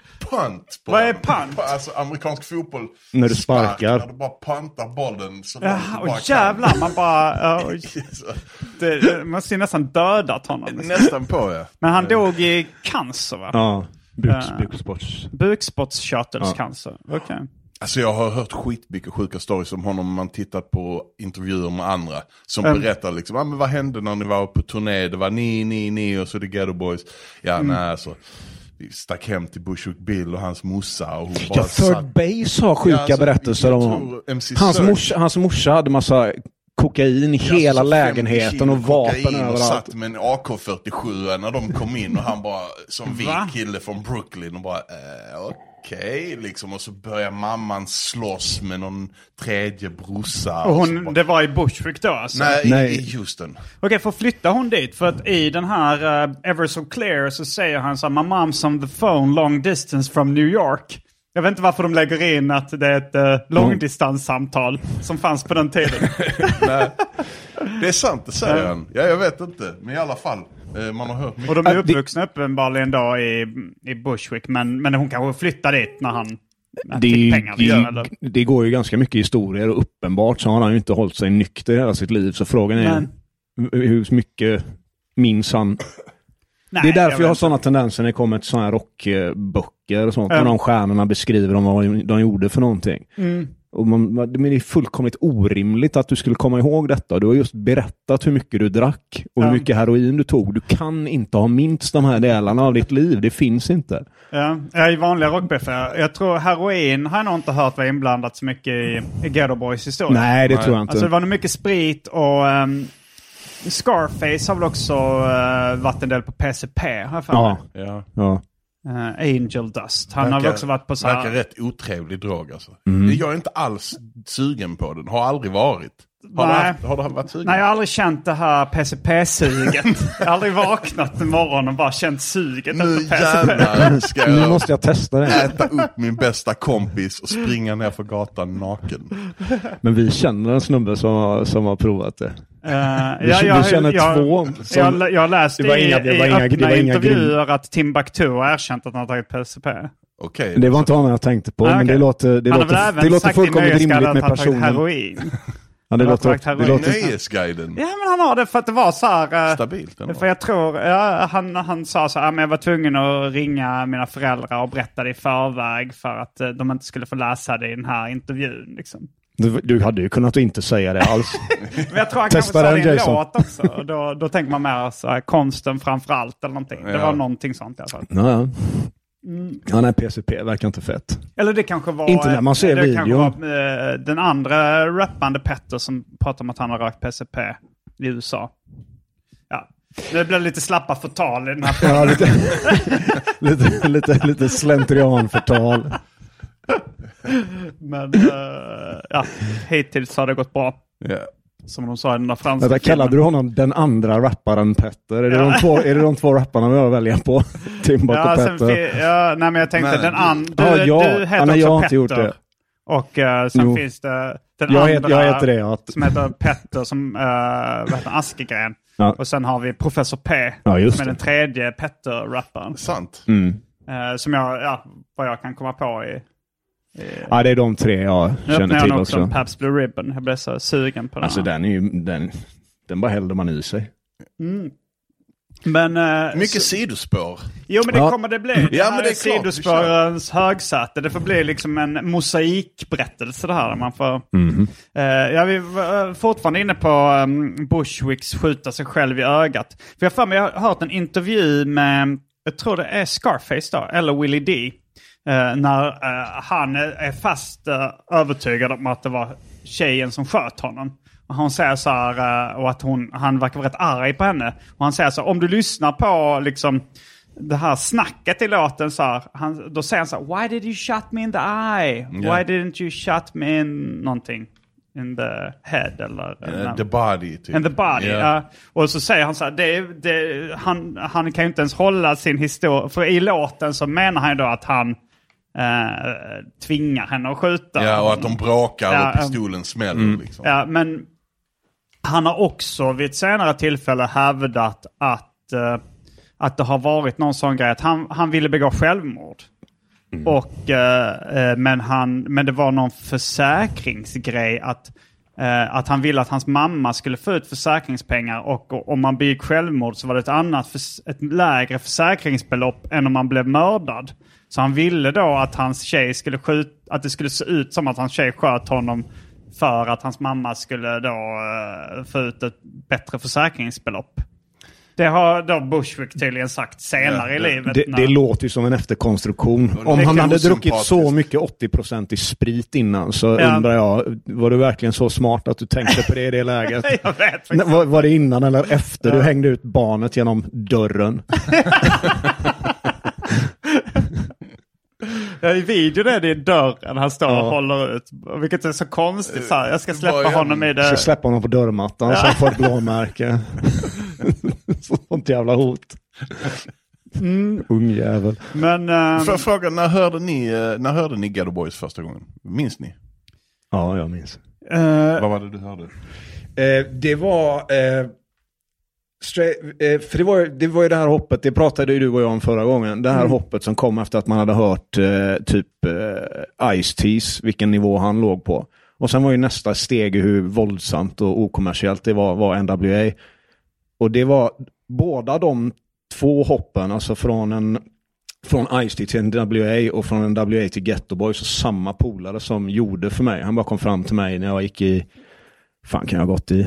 punt på Vad är punt? Alltså amerikansk fotboll. När du sparkar. När du bara puntar bollen. Så ja, och bara jävlar, kan. Man bara... Uh, det, det måste ju nästan dödat honom. Nästan på, ja. Men han dog i cancer, va? Ja, Buks, uh, bukspotts. Bukspottkörtelcancer, ja. Okej. Okay. Alltså jag har hört skitmycket sjuka stories om honom. Man tittat på intervjuer med andra som mm. berättar liksom, ah, men vad hände när ni var på turné? Det var ni, ni, ni och så The Ghetto Boys. Ja, mm. nej alltså. Vi stack hem till Bushwick Bill och hans morsa. Och hon bara ja, Third satt... Base har sjuka ja, alltså, berättelser om honom. Hans morsa, hans morsa hade massa kokain i ja, hela lägenheten och vapen överallt. Och satt med en A K fyrtiosju när de kom in och han bara, som vit kille från Brooklyn och bara, eh, okej, okay, liksom. Och så börjar mamman slåss med någon tredje brorsa. Och hon, och bara... det var i Bushwick då alltså? Nej, Nej. i Houston. Okej, okay, för flytta hon dit? För att i den här uh, Ever So Clear så säger han så här, my mom's on the phone long distance from New York. Jag vet inte varför de lägger in att det är ett uh, långdistanssamtal som fanns på den tiden. Nej, det är sant, det säger han. Ja, jag vet inte, men i alla fall. Man har hört mycket. Och de är uppvuxna uppenbarligen då i, i Bushwick, men, men hon kanske flyttar dit när han det, fick pengar. Det, gör, eller? Det går ju ganska mycket historier och uppenbart så har han ju inte hållit sig nykter hela sitt liv. Så frågan är men... hur mycket minns han? Nej, det är därför jag, jag har sådana tendenser när det kommer till sådana här rockböcker och sånt. Mm. När de stjärnorna beskriver om vad de gjorde för någonting. Mm. Och man, det är fullkomligt orimligt att du skulle komma ihåg detta. Du har just berättat hur mycket du drack och hur ja. mycket heroin du tog. Du kan inte ha minst de här delarna av ditt liv. Det finns inte. Ja, jag är i vanliga rockbefär. Jag tror heroin har jag nog inte hört var inblandat så mycket i, i Ghetto Boys historia. Nej, det Nej. tror jag inte. Alltså det var nog mycket sprit och um, Scarface har väl också uh, varit en del på P C P. Har jag för ja. ja, ja. Uh, Angel Dust. Han verkar, har väl också varit på så här... verkar rätt otrevlig drog alltså. Mm. Jag är inte alls sugen på den. Har aldrig varit. Har, Nej. du, haft, har du varit sugen? Nej, jag har aldrig känt det här P C P-suget. Jag har aldrig vaknat en morgon och bara känt suget. Nu jävlar ska jag nu måste jag testa det. Äta upp min bästa kompis och springa ner för gatan naken. Men vi känner en snubbe som har, som har provat det. Uh, ja, jag, känner jag, två som, jag, jag läste det var inga, i, det var i inga, öppna det var inga intervjuer att Timbuktu har erkänt att han har tagit P C P. Okay, det var inte honom jag tänkte på, ah, men okay. det låter, det låter, det låter fullkomligt rimligt med personen. Heroin. Ja, det låter, det låter Nöjesguiden. Ja, men han har det för att det var så här... Stabilt ändå. För jag tror... Ja, han, han sa så här, men jag var tvungen att ringa mina föräldrar och berätta det i förväg för att de inte skulle få läsa det i den här intervjun. Liksom. Du, du hade ju kunnat inte säga det alls. Men jag tror han kanske sa det i en låt också. Och då, då tänker man mer så här, konsten framför allt eller någonting. Det ja. var någonting sånt i alla fall. Ja, ja. Mm. Han är P C P, verkar inte fett. Eller det kanske var, inte när man ser det video. Kanske var uh, den andra rappande Petter som pratar om att han har rökt P C P i U S A. Ja, det blev lite slappa förtal i den här ja, lite, lite, lite, lite slentrianförtal. Men uh, ja, hittills har det gått bra. Yeah. Som de sa i den där franska filmen. Kallade du honom den andra rapparen Petter? Är det, ja. de, två, är det de två rapparna vi har att välja på? Timbuk ja, och Petter? Fi- ja, nej, men jag tänkte men, den andra... Du, ah, ja, du heter nej, jag har också inte Petter. Gjort det. Och uh, sen jo. finns det den jag andra heter, jag heter det, ja. som heter Petter som uh, vad heter Askegren. Ja. Och sen har vi Professor P ja, just som är det. den tredje Petter-rapparen. Sant. Mm. Uh, som jag, ja, vad jag kan komma på i... Ja, det är de tre jag nu känner till också. Nu Pabst Blue Ribbon. Jag blev så sugen på den. Alltså den är ju, den, den bara hällde man i sig. Mm. Men, uh, mycket så, sidospår. Jo, men det ja. kommer det bli. Det ja, men det är sidospårens högsäte. Det får bli liksom en mosaikberättelse det här. Man får, mm. uh, ja, vi var fortfarande inne på um, Bushwicks skjuta sig själv i ögat. För jag, för mig, jag har hört en intervju med, jag tror det är Scarface då, eller Willie D. Uh, när uh, han är fast uh, övertygad om att det var tjejen som sköt honom. Och han säger så här, uh, och att hon, han verkar vara rätt arg på henne. Och han säger så här, om du lyssnar på liksom det här snacket i låten så här, han, då säger han så här, why did you shot me in the eye? Why yeah. didn't you shot me in någonting? In the head eller... Uh, the body. Typ. In the body, yeah. ja. Och så säger han så här, det, det, han, han kan ju inte ens hålla sin historia. För i låten så menar han ju då att han Uh, tvingar henne att skjuta. Ja, och att de bråkar ja, och pistolen smäller. Mm. Liksom. Ja, men han har också vid ett senare tillfälle hävdat att, uh, att det har varit någon sån grej att han, han ville begå självmord. Mm. Och, uh, uh, men, han, men det var någon försäkringsgrej att, uh, att han ville att hans mamma skulle få ut försäkringspengar och, och om man begick självmord så var det ett annat för, ett lägre försäkringsbelopp än om man blev mördad. Så han ville då att hans tjej skulle skjuta, att det skulle se ut som att hans tjej sköt honom för att hans mamma skulle då uh, få ut ett bättre försäkringsbelopp. Det har då Bushwick tydligen sagt senare ja, i livet. Det, när... det låter ju som en efterkonstruktion. Om han hade druckit så mycket åttio procent i sprit innan så ja. undrar jag, var du verkligen så smart att du tänkte på det i det läget? Jag vet var, var det innan eller efter ja. du hängde ut barnet genom dörren? Ja, i videon är det i dörren han står och ja. håller ut. Vilket är så konstigt. Så här. Jag ska släppa Början. honom i det. Jag ska släppa honom på dörrmattan ja. så han får ett blåmärke. Sånt jävla hot. Mm. Ung jävel. Men, um... För frågan, när hörde ni, när hörde ni Ghetto Boys första gången? Minns ni? Ja, jag minns. Uh... Vad var det du hörde? Uh, det var... Uh... Straight, eh, för det var, ju, det var ju det här hoppet, det pratade ju du och jag om förra gången, det här mm. hoppet som kom efter att man hade hört eh, typ eh, Ice-T's, vilken nivå han låg på. Och sen var ju nästa steg hur våldsamt och okommersiellt det var, var N W A. Och det var båda de två hoppen, alltså från en från Ice-T till N W A och från N W A till Ghetto Boys, och samma polare som gjorde för mig. Han bara kom fram till mig när jag gick i, fan kan jag ha gått i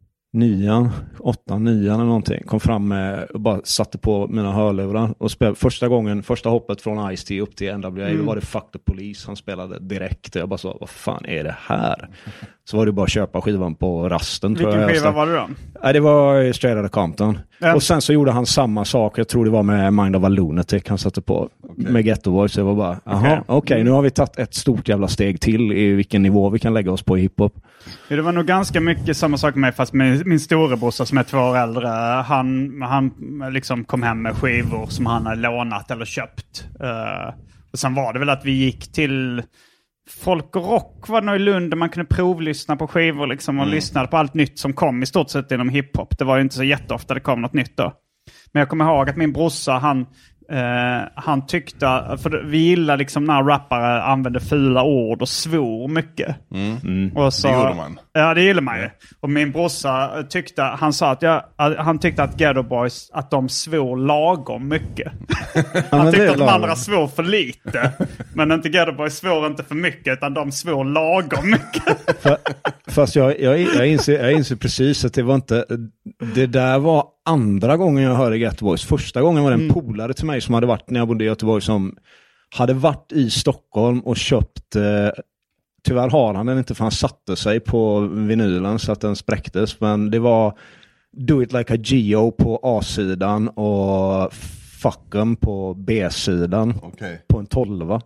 nian, åttan, nian eller någonting. Kom fram med och bara satte på mina hörlurar och spelade första gången, första hoppet från Ice-T upp till N W A, mm. då var det Fuck the Police han spelade direkt. Jag bara sa, vad fan är det här? Så var det bara att köpa skivan på rasten. Vilken tror jag. skiva var det då? Ja, det var Straight Outta Compton. Ja. Och sen så gjorde han samma sak, jag tror det var med Mind of a Lunatic han satte på okay. med Ghetto Boys. Så jag var bara, jaha, okej, okay. okay, nu har vi tagit ett stort jävla steg till i vilken nivå vi kan lägga oss på i hiphop. Ja, det var nog ganska mycket samma sak med, fast med min storebrorsa som är två år äldre. Han, han liksom kom hem med skivor som han hade lånat eller köpt. Uh, och sen var det väl att vi gick till Folk och Rock var det nog i Lund där man kunde provlyssna på skivor liksom, och mm. lyssnade på allt nytt som kom i stort sett inom hiphop. Det var ju inte så jätteofta det kom något nytt då. Men jag kommer ihåg att min brorsa, han Uh, han tyckte, för vi gillar liksom när rappare använde fula ord och svor mycket. Mm. Mm. Och så, det gjorde man. Ja, det gillar man ju. Och min brorsa tyckte, han sa att jag, han tyckte att Ghetto Boys, att de svor lagom mycket. Han tyckte att de andra svor för lite. Men inte Ghetto Boys svor inte för mycket, utan de svor lagom mycket. för, fast jag, jag, jag, inser, jag inser precis att det var inte, det där var andra gången jag hörde Ghetto Boys. Första gången var det en mm. polare till mig som hade varit när jag bodde i Göteborg, som hade varit i Stockholm och köpt, eh, tyvärr har han den inte för han satte sig på vinylen så att den spräcktes, men det var Do It Like a Geo på A-sidan och Fuck 'em på B-sidan okay. på en tolva.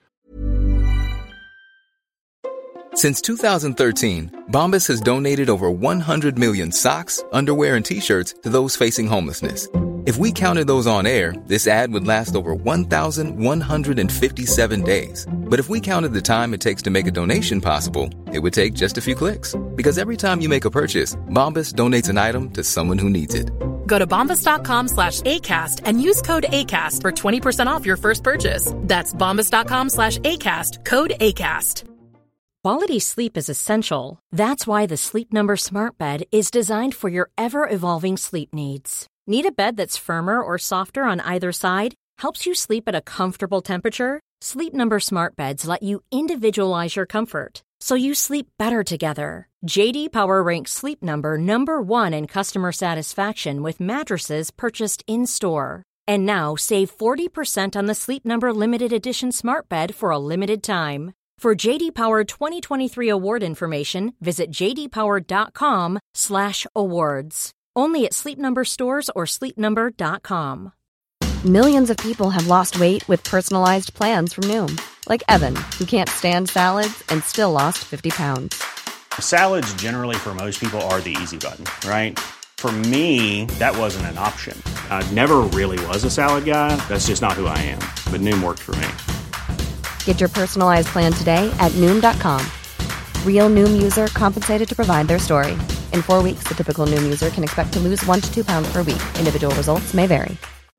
Since two thousand thirteen, Bombas has donated over one hundred million socks, underwear, and T-shirts to those facing homelessness. If we counted those on air, this ad would last over one thousand one hundred fifty-seven days. But if we counted the time it takes to make a donation possible, it would take just a few clicks. Because every time you make a purchase, Bombas donates an item to someone who needs it. Go to bombas.com slash ACAST and use code ACAST for twenty percent off your first purchase. That's bombas.com slash ACAST, code ACAST. Quality sleep is essential. That's why the Sleep Number Smart Bed is designed for your ever-evolving sleep needs. Need a bed that's firmer or softer on either side? Helps you sleep at a comfortable temperature? Sleep Number smart beds let you individualize your comfort, so you sleep better together. J D Power ranks Sleep Number number one in customer satisfaction with mattresses purchased in-store. And now, save forty percent on the Sleep Number Limited Edition smart bed for a limited time. For J D Power twenty twenty-three award information, visit j d power dot com slash awards. Only at Sleep Number stores or sleep number dot com. Millions of people have lost weight with personalized plans from Noom. Like Evan, who can't stand salads and still lost fifty pounds. Salads generally for most people are the easy button, right? For me, that wasn't an option. I never really was a salad guy. That's just not who I am. But Noom worked for me. Get your personalized plan today at noom dot com. Real Noom user compensated to provide their story. In four weeks, the typical Noom user can expect to lose one to two pounds per week. Individual results may vary.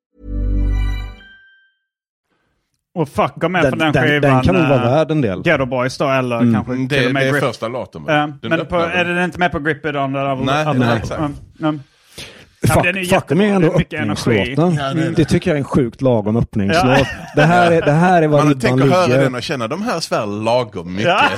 Och fuck, gå med den, på den, den skivan. Den kan nog vara värd en del. Ghetto Boys då, eller mm. kanske det, till och med det är Grip. första låten. Uh, men på, är den inte med på Grip It On? Där, nej, av, nej, av, exakt. Um, um. Fuck, ja, fuck med ändå öppningslåten. Ja, det, det tycker jag är en sjukt lagom öppningslåt. Ja. Det, här är, det här är vad man tänker ligger. Höra den och känna de här svär lagom mycket. Ja.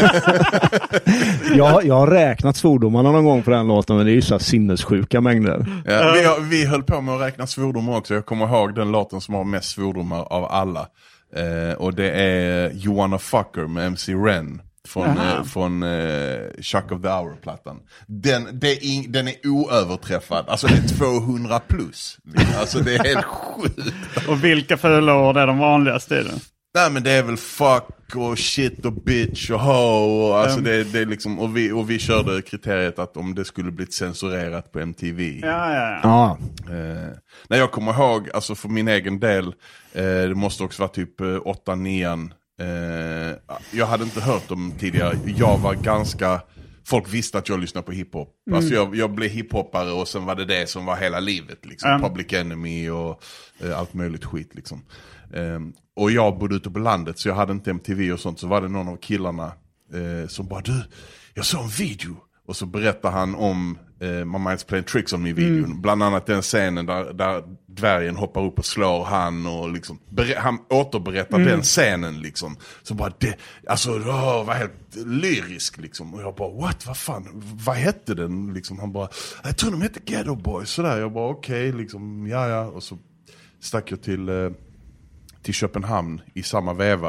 jag, jag har räknat svordomarna någon gång på den låten, men det är ju så här sinnessjuka mängder. Ja, vi, har, vi höll på med att räkna svordomar också. Jag kommer ihåg den låten som har mest svordomar av alla. Eh, och det är You Wanna Fucker med M C Ren. Från, eh, från eh, Shock of the Hour-plattan. Den, det är in, den är oöverträffad. Alltså det är tvåhundra plus. Alltså det är helt sjukt. Och vilka fula ord är de vanligaste i den? Nej, men det är väl fuck och shit och bitch och ho. Och, alltså um. det, det är liksom, och, vi, och vi körde kriteriet att om det skulle blivit censurerat på M T V. Ja, ja, ja. Ah. Eh, när jag kommer ihåg, alltså för min egen del, eh, det måste också vara typ åtta nian. Uh, jag hade inte hört dem tidigare. Jag var ganska... Folk visste att jag lyssnade på hiphop. Mm. Alltså jag, jag blev hiphoppare och sen var det det som var hela livet. Liksom. Mm. Public Enemy och uh, allt möjligt skit. Liksom. Um, och jag bodde ute på landet så jag hade inte M T V och sånt. Så var det någon av killarna uh, som bara, du, jag såg en video. Och så berättar han om uh, My Mind's Playing Tricks on Me-videon. Mm. Bland annat den scenen där, där dvärgen hoppar upp och slår han. Och liksom, ber- han återberättar mm. den scenen liksom. Så bara, det, alltså, åh, var helt lyrisk liksom. Och jag bara, what, vad fan, vad hette den? Liksom, han bara, jag tror de hette Ghetto Boys. Sådär, jag bara, okej, okay, liksom, ja, ja. Och så stack jag till, uh, till Köpenhamn i samma veva.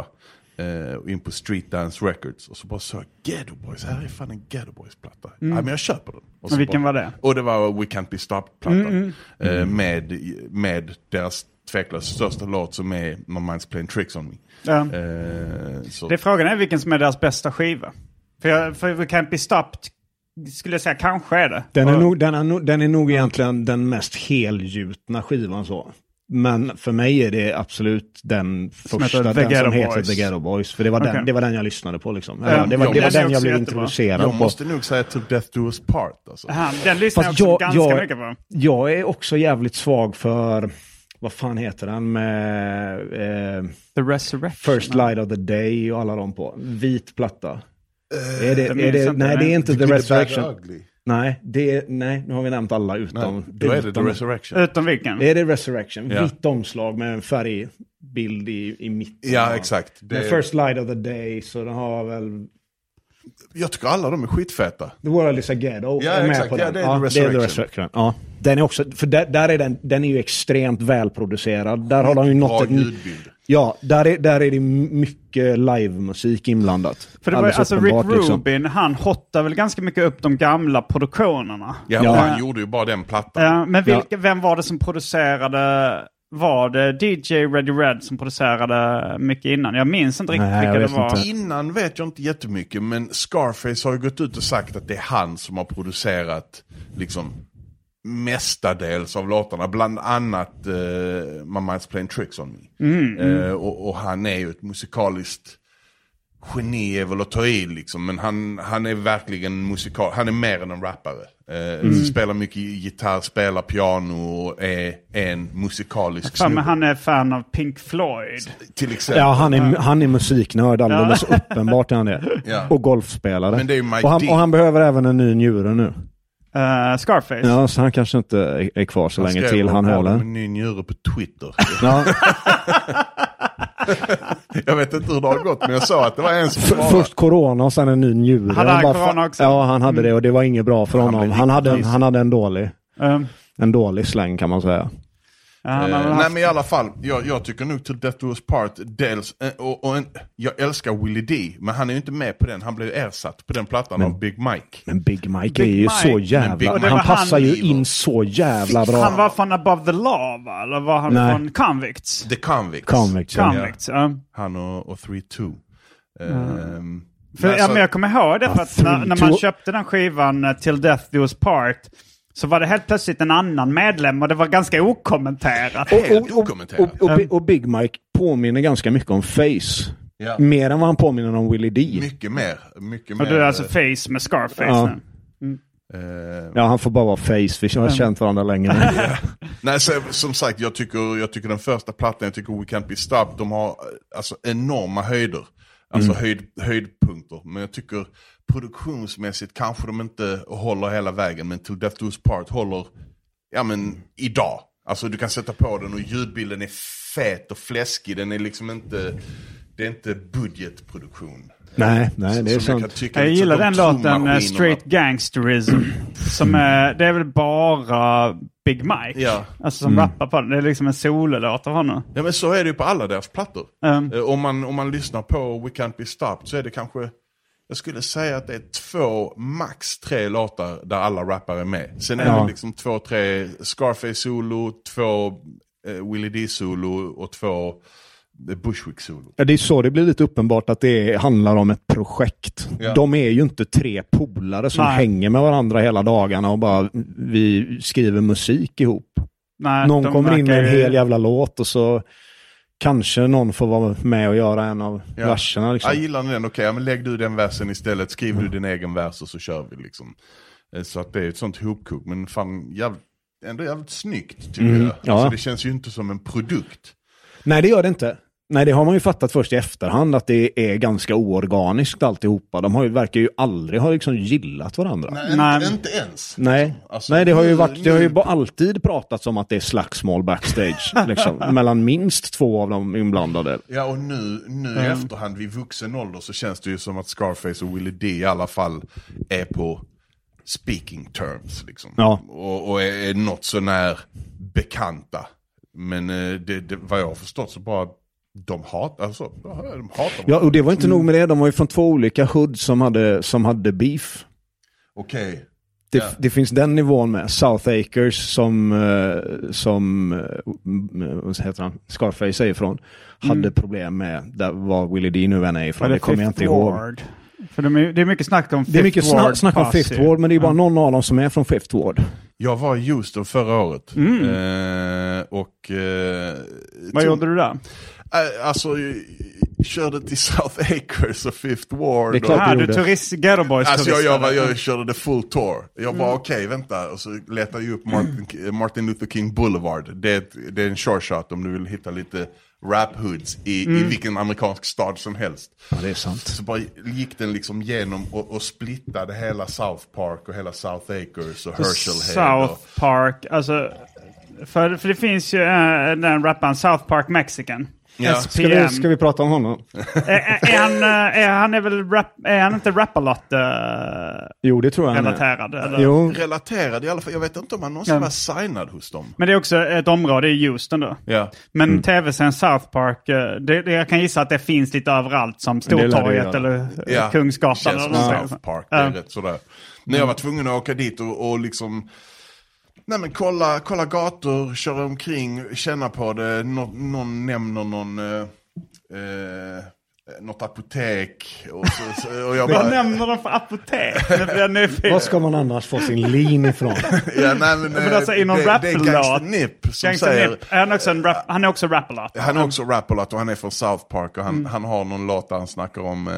Uh, in på Street Dance Records och så bara så Ghetto Boys, här är fan en Ghetto Boys-platta. Mm. Ja, men jag köper den. Och så vilken bara, var det? Och det var We Can't Be Stopped-plattan. Mm, mm. Uh, med, med deras tveklöst största låt som är My Mind's Playing Tricks on Me. Ja. Uh, så. Det är frågan är vilken som är deras bästa skiva. För, jag, för We Can't Be Stopped skulle jag säga kanske är det. Den är, och, nog, den är, nog, den är nog egentligen den mest helgjutna skivan så. Men för mig är det absolut den som första, heter den The som Ghetto heter Boys. The Ghetto Boys. För det var, okay. den, det var den jag lyssnade på liksom. Ja, det var, det var måste, den jag blev jättebra. introducerad jag på. Jag måste nog säga To Death Do Us Part. Alltså. Aha, den lyssnar jag också jag, ganska jag, mycket på. Jag är också jävligt svag för, vad fan heter den med eh, The Resurrection. First Light of the Day och alla de på. Vit platta. Uh, är det, är det, nej, det är inte The, the Resurrection. Ugly. Nej, det, nej, nu har vi nämnt alla utom... Nej, då är det The Resurrection. Utom vilken? Är det Resurrection? Ja. Vitt omslag med en färgbild i, i mitten. Ja, exakt. Det är... First Light of the Day, så den har väl... Jag tycker alla de är skitfeta. The World is a Ghetto. Ja, är exakt. På ja, den. det är ja, The Resurrection. Det är The Resurrection. Ja. Den är också... För där, där är den, den är ju extremt välproducerad. Där har de ju nått ett... ljudbild. Ja, där är, där är det mycket livemusik inblandat. För det var, alltså Rick Rubin, liksom. Han hottade väl ganska mycket upp de gamla produktionerna. Ja, ja. Han gjorde ju bara den plattan. Ja, men vilka, ja. vem var det som producerade... Var det D J Ready Red som producerade mycket innan? Jag minns inte riktigt Nej, vilka det var. Inte. Innan vet jag inte jättemycket, men Scarface har ju gått ut och sagt att det är han som har producerat liksom mestadels av låtarna, bland annat uh, My Mind's Playing Tricks on Me. Mm, mm. Uh, och, och han är ju ett musikaliskt geni är väl att ta i liksom, men han, han är verkligen musikal, han är mer än en rappare. Uh, mm. Spelar mycket gitarr, spelar piano och är en musikalisk snubbe. Men han är fan av Pink Floyd. Till exempel. Ja, han är, han är musiknörd alldeles ja. uppenbart han är. Ja. Och golfspelare. Men det är ju Mike och, han, D. och han behöver även en ny njure nu. Uh, Scarface. Ja, så han kanske inte är, är kvar så han länge till. Han håller. En ny njure på Twitter. Ja. Jag vet inte hur det har gått, men jag sa att det var en som F- Först corona och sen en ny njure. Hade han bara corona också? Ja, han hade det och det var inget bra för Han honom. blev Han hade, riktigt han hade en dålig Um, en dålig släng kan man säga. ja, han har Eh, väl nej haft- men i alla fall, jag, jag tycker nog till Death Do Us Part dels, eh, och, och en, jag älskar Willie D, men han är ju inte med på den, han blev ersatt på den plattan av Big Mike. Men Big Mike Big är ju Mike. så Men Big jävla... Mike- Han passar ju han- in så jävla bra. Han var från Above the Law, va? Eller var han Nej. från Convicts? The Convicts. Convict, ja. Convicts, ja. Han och, och three two. Ehm, För, men ja, så- men jag kommer ihåg det, för att när, när man Two- köpte den skivan eh, till Death Do Us Part så var det helt plötsligt en annan medlem och det var ganska okommenterat. Och, Helt och, och, okommenterat. och, och, och Big Mike påminner ganska mycket om Face. Ja. Mer än vad han påminner om Willie D. Mycket mer. Mycket Och mer. du är alltså Face med Scarface Ja. nu. eh, Ja, han får bara vara Face. Vi har känt varandra länge nu. Nej, så, som sagt, jag tycker, jag tycker den första plattan, jag tycker We Can't Be Stopped, de har alltså enorma höjder. Alltså Mm. höjd, höjdpunkter. Men jag tycker produktionsmässigt kanske de inte håller hela vägen. Men Till Death Do Us Part håller, ja men idag. Alltså du kan sätta på den och ljudbilden är fet och fläskig. Den är liksom inte, det är inte budgetproduktion. Nej, nej, det är Som jag kan sant. tycka Jag lite gillar så den de låten, eh, trummaskinerna. Straight Gangsterism. Som är, det är väl bara Big Mike. Ja. Alltså som rappar på den. Det är liksom en sololåt av honom. Ja men så är det ju på alla deras plattor. Mm. Eh, om, man, om man lyssnar på We Can't Be Stopped så är det kanske, jag skulle säga att det är två, max tre låtar där alla rappare är med. Sen är Ja. det liksom två, tre Scarface solo, två eh, Willie D solo och två eh, Bushwick solo. Ja, det är så det blir lite uppenbart att det handlar om ett projekt. Ja. De är ju inte tre polare som Nej. hänger med varandra hela dagarna och bara vi skriver musik ihop. Nej, Någon de kommer in med en verkar ju- hel jävla låt och så kanske någon får vara med och göra en av Ja. verserna. Liksom. Jag gillar den, okej, men lägg du den versen istället, skriv du din egen vers och så kör vi liksom. Eh, Så att det är ett sånt hopkok, men fan jävligt, ändå jävligt snyggt tycker Mm, jag. ja. Alltså, det känns ju inte som en produkt. Nej, det gör det inte. Nej, det har man ju fattat först i efterhand att det är ganska oorganiskt alltihopa. De har ju, verkar ju aldrig ha liksom gillat varandra. Nej, Nej. Inte, inte ens. Nej, Alltså, Nej det har ju nu- varit, det har ju nu- bara alltid pratats om att det är slagsmål backstage liksom, mellan minst två av de inblandade. Ja, och nu, nu i efterhand vid vuxen ålder så känns det ju som att Scarface och Willie D i alla fall är på speaking terms liksom. Ja. Och, och är, är något så när bekanta. Men eh, det, det, vad jag har förstått så bara de hatar, alltså, de hatar Ja, och det var inte nog med det. De var ju från två olika hoods som hade, som hade beef. Okej. Det, Ja. det finns den nivån med. South Acres som, eh, som eh, vad heter han? Scarface är ifrån. Hade problem med där, var Willie D nu än är ifrån. Var Det kommer jag inte Fifth ihåg. Ward? För de är, det är mycket snack om Fifth Det är mycket Ward. snack, snack om pass Fifth ju. Ward, men det är bara någon av dem som är från Fifth Ward. Jag var i Houston förra året. Mm. Eh, och... Eh, Vad tog- gjorde du där? Eh, alltså, jag, jag körde till South Acres och Fifth Ward. Det är klart och, Ah, du du gjorde. turist, Ghetto Boys Alltså jag, jag, var, turistade. jag körde the full tour. Jag bara okej, vänta. Och så letade jag upp Martin, Martin Luther King Boulevard. Det är, ett, det är en short shot om du vill hitta lite rap hoods i, i vilken amerikansk stad som helst. Ja, det är sant. Så bara gick den liksom genom och, och splittade hela South Park och hela South Acres och Herschel Head. South Park, alltså... För, för det finns ju äh, den rapparen South Park Mexican. Ja. S P Ska M. vi, ska vi prata om honom? är, är, är, han, äh, är han är väl rap, är han inte Rap-A-Lot äh, Jo, det tror jag han är. relaterad? Eller? Jo, Relaterad i alla fall. Jag vet inte om han någonsin Ja. var signad hos dem. Men det är också ett område i Houston då. Ja. Men Mm. tv-serien South Park, eh, det, det, jag kan gissa att det finns lite överallt som det lär det Stortorget göra. eller eh, Ja, Kungsgatan. känns Eller som någonting. South Park, det är Ja. rätt sådär. När jag var tvungen att åka dit och, och liksom, nej men kolla, kolla gator, köra omkring, känna på det, Nå, någon nämner någon, eh, eh, något apotek och, så, så, och jag Vad bara, nämner de för apotek? Nu blir jag nyfiken. var ska man annars få sin lin ifrån? ja, nej, men, Men alltså, i någon det, det är rap-låt. Gangsta Nip som Gangsta säger, Nip. Är han, också en rap, han är också Rap-A-Lot. han är också Rap-A-Lot och han är från South Park och han, Mm. han har någon låt där han snackar om,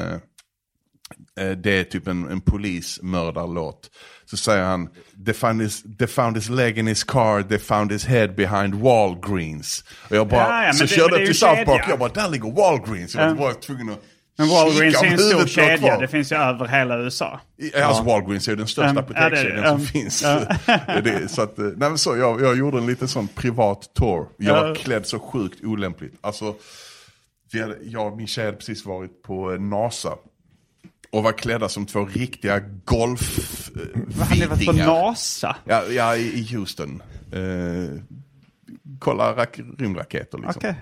eh, eh, det är typ en, en polismördarlåt. Så säger han, they found, his, they found his leg in his car, they found his head behind Walgreens. Och jag bara, Ja, ja, men så det- körde men det är jag ju till South kedja. Park, jag bara, där ligger Walgreens. Jag Ja. var tvungen att Men Walgreens är en stor kedja. Kvar. Det finns ju över hela U S A. Ja, alltså Walgreens är den största um, apotekskedjan ja, som um, finns. Uh. det, så att, nej, men så, jag, jag gjorde en liten sån privat tour. Jag var uh. klädd så sjukt olämpligt. Alltså, vi hade, jag och min tjej hade precis varit på NASA. Och var klädda som två riktiga golf Vad hade varit på NASA? Ja, ja i, i Houston. Uh, kolla rak- rymdraketer liksom. Okay.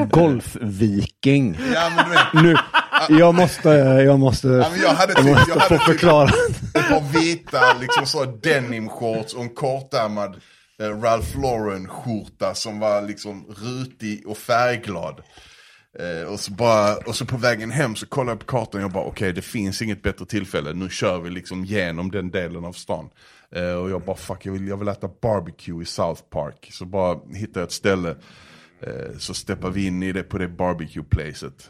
Golfviking. Ja, men du vet. Nu, jag måste, jag måste, ja, men jag hade jag typ, måste jag hade få förklara. Ett par vita liksom så denim shorts och en kortärmad eh, Ralph Lauren skjorta som var liksom rutig och färgglad. Eh, och så bara och så på vägen hem så kollade jag på kartan och jag bara okej, okay, det finns inget bättre tillfälle. Nu kör vi liksom genom den delen av stan. Uh, och jag bara fuck, jag vill, jag vill äta barbecue i South Park. Så bara hittade jag ett ställe. Uh, så steppade vi in i det på det barbecue-placet.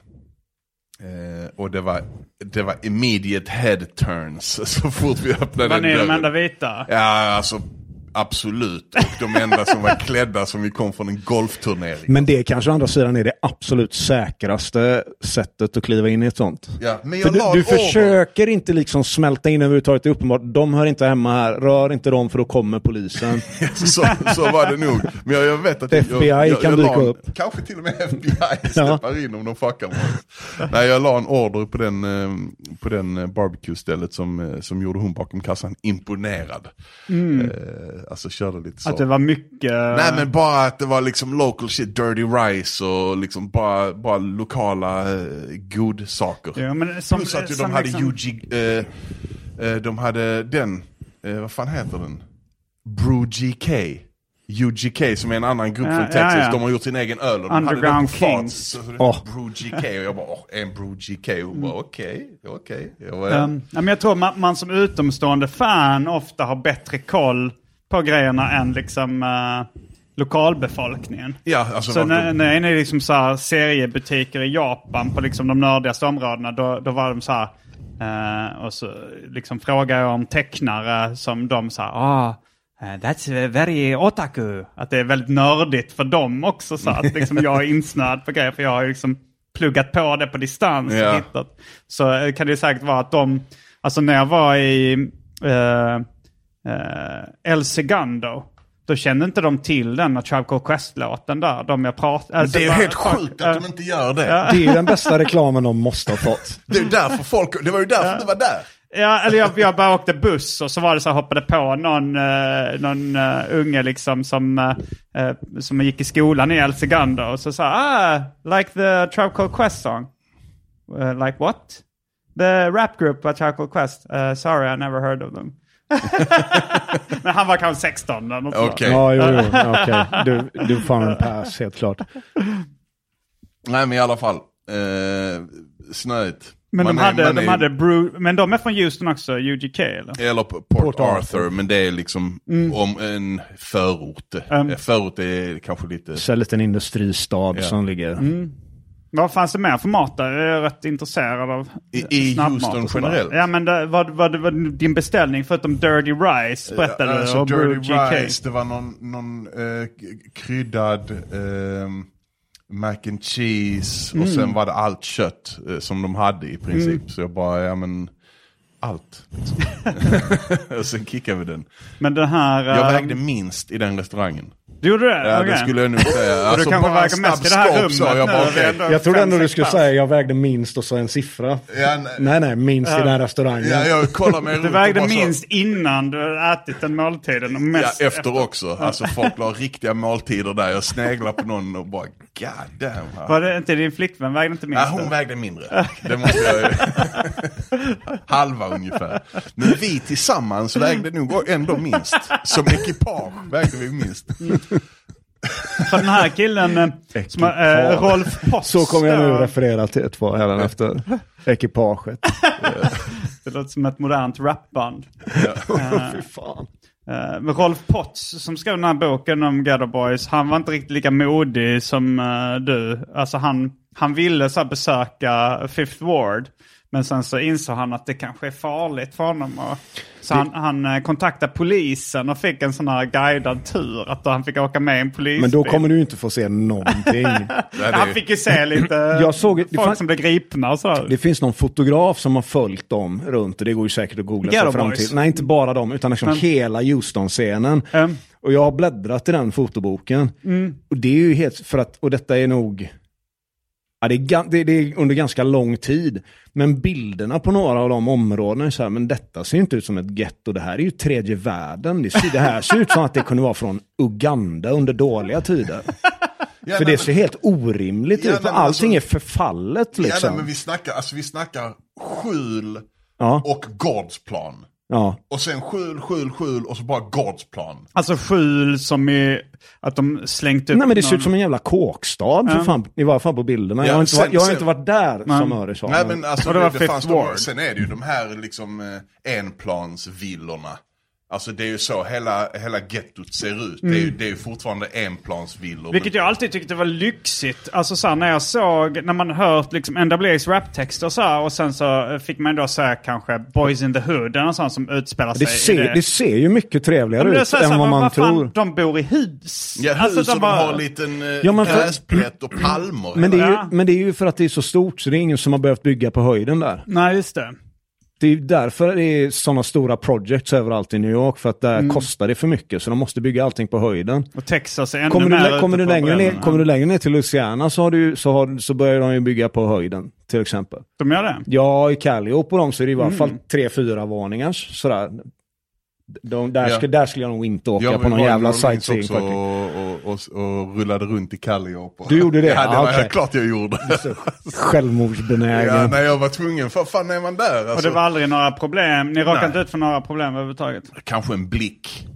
Uh, och det var, det var immediate head turns så fort vi öppnade den dörren. Var ni de enda vita? Ja, alltså absolut. Och de enda som var klädda som vi kom från en golfturnering. Men det kanske å andra sidan är det absolut säkraste sättet att kliva in i ett sånt. Ja, men för jag du, du försöker inte liksom smälta in överhuvudtaget. Det är uppenbart, de hör inte hemma här. Rör inte dem för då kommer polisen. så, så var det nog. Men jag, jag vet att F B I jag, jag, kan jag dyka la, upp. Kanske till och med F B I släppar in om de fuckar med oss. Nej, jag la en order på den, på den barbecue-stället som, som gjorde hon bakom kassan imponerad. Mm. Eh, alltså körde lite så. Att det var mycket... Nej, men bara att det var liksom local shit, dirty rice och liksom bara, bara lokala eh, god saker. Ja, men som, Plus att ju, de som hade liksom... U G... Eh, eh, de hade den... Eh, vad fan heter den? Brew G K. U G K som är en annan grupp ja, från Texas. Ja, ja. De har gjort sin egen öl. Och de Underground hade den Kings. Så, så oh. Brew G K. Och jag bara, oh, en Brew G K. Och bara, okej, okej. Um, jag tror man, man som utomstående fan ofta har bättre koll på grejerna än liksom uh, lokalbefolkningen. Ja, alltså så när, när ni liksom så här seriebutiker i Japan på liksom de nördigaste områdena, då, då var de så här uh, och så liksom frågar jag om tecknare som de sa, ah, uh, that's very otaku. Att det är väldigt nördigt för dem också, så att liksom jag är insnöad på grejer, för jag har ju liksom pluggat på det på distans och ja. hittat. Så uh, kan det säkert vara att de, alltså när jag var i uh, Uh, El Segundo, då kände inte de till den Tribe Called Quest-låten där. De jag prat, alltså, det är bara, helt sjukt uh, att de inte gör det. Uh, det är den bästa reklamen de måste ha fått. Det är därför folk, det var ju därför uh, du var där. Ja, eller jag, jag bara åkte buss och så var det så, hoppade på någon, uh, någon uh, unge liksom som, uh, uh, som gick i skolan i El Segundo och så sa, ah, like the Tribe Called Quest song. Uh, like what? The rap group by Tribe Called Quest. Uh, sorry, I never heard of them. Men han var kanske sexton eller något. Okej. Ja, jo, jo. Okay. Du, du får en pass, helt klart. Nej, men i alla fall. Eh, snöigt. Men man de är, hade, de är... hade Brew, men de är från Houston också, U G K eller? Eller Port, Port Arthur, Arthur, men det är liksom mm. om en förort. Um. Förort är kanske lite... Så en liten industristad ja. som ligger... Mm. Vad fanns det mer för mat där? Jag är rätt intresserad av I, i Houston generellt. Ja, men det, vad, vad, vad din beställning förutom Dirty Rice berättade ja, alltså, och Dirty G K. Rice, det var någon, någon eh, kryddad eh, mac and cheese mm. och sen var det allt kött eh, som de hade i princip. Mm. Så jag bara, ja men allt. Liksom. Och sen kickade vi den. Men den här... Jag vägde minst i den restaurangen. Du gjorde det? Ja, okay. det skulle jag nog säga. Alltså, du kanske väger mest i det här rummet. Jag, bara, okay. jag trodde ändå du skulle pass. säga jag vägde minst och så en siffra. Ja, nej. nej, nej, minst ja. i den här restaurangen. Ja, jag kollar mig du vägde minst så... innan du ätit den måltiden. Och mest ja, efter, efter också. Alltså folk la riktiga måltider där. Jag sneglar på någon och bara, god damn. Var det inte din flickvän? Vägde inte minst? Ja, hon vägde mindre. Det måste jag halva ungefär. Men vi tillsammans vägde nog ändå minst. Som ekipage vägde vi minst. Mm. För den här killen som är, äh, Rolf Potts. Så kommer jag nu referera till ett par även efter ekipaget. Det låter som ett modernt rapband. Ja. uh, Fy fan. Uh, men Rolf Potts som skrev den här boken om Ghetto Boys, han var inte riktigt lika modig som uh, du. Alltså han, han ville så här besöka Fifth Ward. Men sen så insåg han att det kanske är farligt för honom. Och, så det... han, han kontaktade polisen och fick en sån här guidad tur. Att han fick åka med en polisbil. Men då kommer du ju inte få se någonting. Han fick ju se lite jag såg, folk fann... som blev gripna och så. Det finns någon fotograf som har följt dem runt. Och det går ju säkert att googla sig fram till. Nej, inte bara dem, utan liksom Men... hela Houston-scenen. Mm. Och jag har bläddrat i den fotoboken. Mm. Och det är ju helt... För att, och detta är nog... Ja, det, är, det, det är under ganska lång tid. Men bilderna på några av de områdena är så här, men detta ser inte ut som ett getto. Det här är ju tredje världen. Det, ser, det här ser ut som att det kunde vara från Uganda under dåliga tider. Ja, för nej, det ser men, helt orimligt ja, ut. För allting alltså, är förfallet liksom. Ja, nej, men vi snackar, alltså, vi snackar skjul ja. och gårdsplan. Ja. Och sen skjul, skjul, skjul och så bara gårdsplan. Alltså skjul som är att de slängt upp. Nej, men det ser någon... ut som en jävla kåkstad för fan, i varje fall på bilderna. Ja, jag har inte, sen, varit, jag har sen... inte varit där men... som Öre sa. Nej, men alltså det, det, det fanns de, sen är det ju de här liksom eh, enplansvillorna. Alltså det är ju så hela, hela gettot ser ut. Mm. Det är ju det är fortfarande enplansvillor. Vilket jag alltid tyckte var lyxigt. Alltså så här, när jag såg, när man hört liksom N W A's raptexter så här, och sen så fick man då säga kanske Boys in the Hood eller något sånt som utspelar sig. Det ser, det. det ser ju mycket trevligare ut så, än så, vad man vad tror. Fan, de bor i hus. Ja, hus alltså, de, de bara... har en liten uh, ja, gräsplätt och palmer. Men det, är ju, ja. men det är ju för att det är så stort så det är ingen som har behövt bygga på höjden där. Nej, just det. Det är därför det är sådana stora projects överallt i New York. För att där mm. kostar det för mycket. Så de måste bygga allting på höjden. Och Texas är ännu kommer mer du, kommer du längre ner, kommer du längre ner till Louisiana så, har du, så, har, så börjar de ju bygga på höjden. Till exempel. De gör det? Ja, i Cali och på dem så är det i alla fall mm. tre, fyra våningars. Sådär. De, där, ja. ska, där skulle jag nog inte åka ja, på någon jävla sightseeing också och, och, och, och rullade runt i Calliope. Du gjorde det? Ja, det ah, var okay. klart jag gjorde. Självmordsbenägen. Ja, när jag var tvungen. För fan är man där? Alltså. Och det var aldrig några problem? Ni råkade inte ut för några problem överhuvudtaget? Kanske en blick.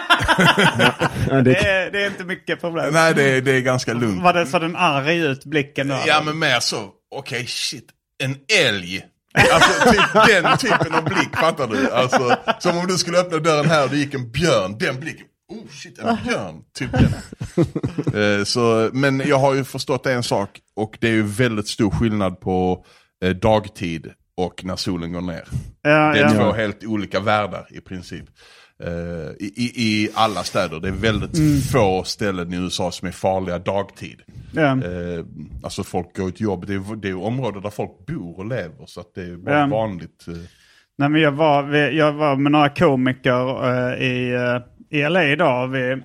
ja, det... Det, är, det är inte mycket problem. Nej, det är, det är ganska lugnt. Var det så den arg ut blicken då? Ja, men mer så. Okej, okay, shit. En älg. Alltså typ den typen av blick, fattar du? Alltså, som om du skulle öppna dörren här och det gick en björn. Den blicken, oh shit, en björn. Typ den. eh, så, men jag har ju förstått en sak. Och det är ju väldigt stor skillnad på eh, dagtid och när solen går ner. Ja, det är ja. två helt olika världar i princip. Uh, i, i, i alla städer. Det är väldigt mm. få ställen i U S A som är farliga dagtid. Ja. Uh, alltså folk går till jobb. Det är, det är områden där folk bor och lever. Så att det är bara ja. vanligt. Uh... Nej, men jag, var, jag var med några komiker uh, i, uh, i L A idag. Vi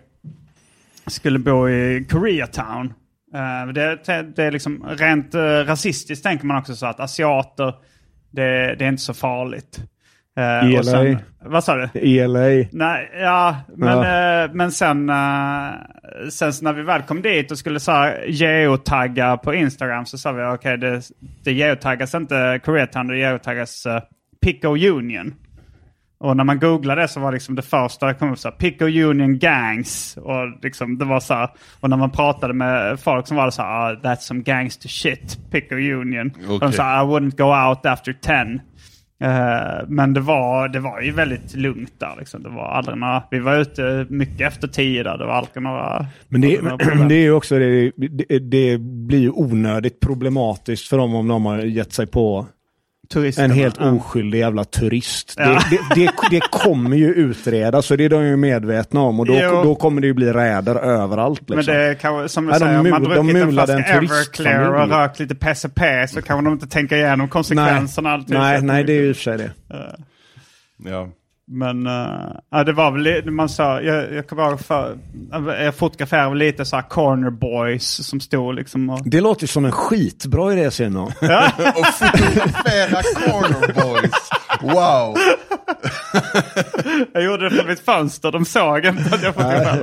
skulle bo i Koreatown. Uh, det, det är liksom rent uh, rasistiskt tänker man också så att asiater, det, det är inte så farligt. Uh, I L A? Sen, vad sa du? I L A? Nej, ja, men, ja. Uh, men sen, uh, sen när vi väl kom dit och skulle så här, geotagga på Instagram så sa vi okej, okay, det, det geotaggas inte Koreatown, det geotaggas uh, Pico Union. Och när man googlade det så var liksom det första det kom upp så här, Pico Union gangs. Och liksom det var så här, och när man pratade med folk som var det så här, oh, that's some gangster shit, Pico Union. Okay. Och de sa I wouldn't go out after ten. Uh, men det var, det var ju väldigt lugnt där liksom. Det var aldrig några, vi var ute mycket efter tio där. Det var aldrig några. Men det, några det är ju också det, det, det blir ju onödigt problematiskt för dem om de har gett sig på turisterna. En helt oskyldig jävla turist. Ja. Det, det, det, det kommer ju utreda, så det är de ju medvetna om. Och då, då kommer det ju bli räder överallt. Liksom. Men det kan, som du ja, säger, om man druckit en flaska Everclear och rökt lite P C P så kan de inte tänka igenom konsekvenserna. Nej, nej, nej, det är ju så det. Ja. Men uh, ja, det var väl man sa, jag, jag kan bara för, jag fotograferade lite så här corner boys som stod liksom och... Det låter som en skitbra idé sen då. Och fotografera corner boys. Wow. Jag gjorde det från mitt fönster, de såg inte att jag fotograferade.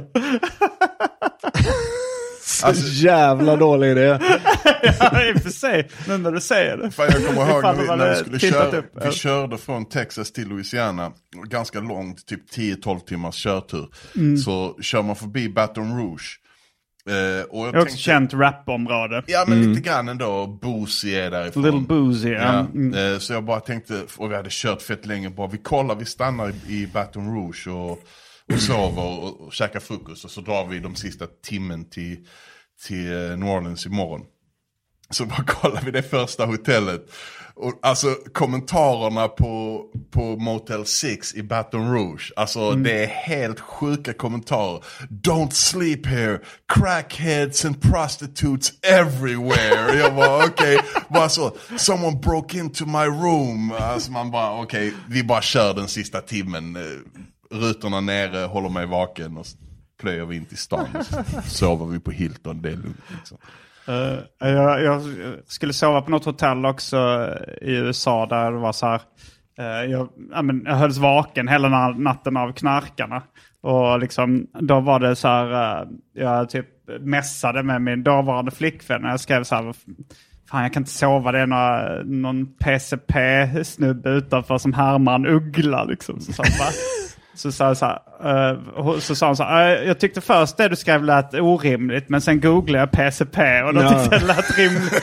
Så alltså, jävla dålig idé. Ja, i och för sig. Nu när du säger det. Fan, jag kommer ihåg när vi, när vi skulle köra, upp. Vi körde från Texas till Louisiana. Ganska långt, typ tio till tolv timmars körtur. Mm. Så kör man förbi Baton Rouge. Eh, och jag tänkte, också känt rapområde. Ja, men mm. lite grann ändå. Boozy är därifrån. Little Boozy, ja. ja. Mm. Eh, så jag bara tänkte, och vi hade kört fett länge. Bara, vi kollar, vi stannar i, i Baton Rouge och... och sover och, och käkar frukost och så drar vi de sista timmen till, till New Orleans imorgon. Så bara kollar vi det första hotellet. Och alltså kommentarerna på, på Motel sex i Baton Rouge. Alltså mm. det är helt sjuka kommentarer. Don't sleep here. Crackheads and prostitutes everywhere. Jag bara okej. Okay. Bara så. Someone broke into my room. Alltså man bara okej. Okay, vi bara kör den sista timmen. Rutorna nere, håller mig vaken. Och plöjer vi in till stan. Sover vi på Hilton. Det är lugnt liksom. Uh, jag, jag skulle sova på något hotell också i U S A där det var så här. Uh, jag, jag, men, jag hölls vaken hela natten av knarkarna. Och liksom, då var det så här. Uh, jag typ mässade med min dåvarande flickvän. Jag skrev så här. Fan, jag kan inte sova. Det är några, någon P C P-snubbe utanför som härmar en uggla liksom. Så, så, va? Så sa så här, uh, så sa hon så här, uh, jag tyckte först det du skrev lät orimligt, men sen googlade jag P C P och då no. tyckte jag det lät rimligt.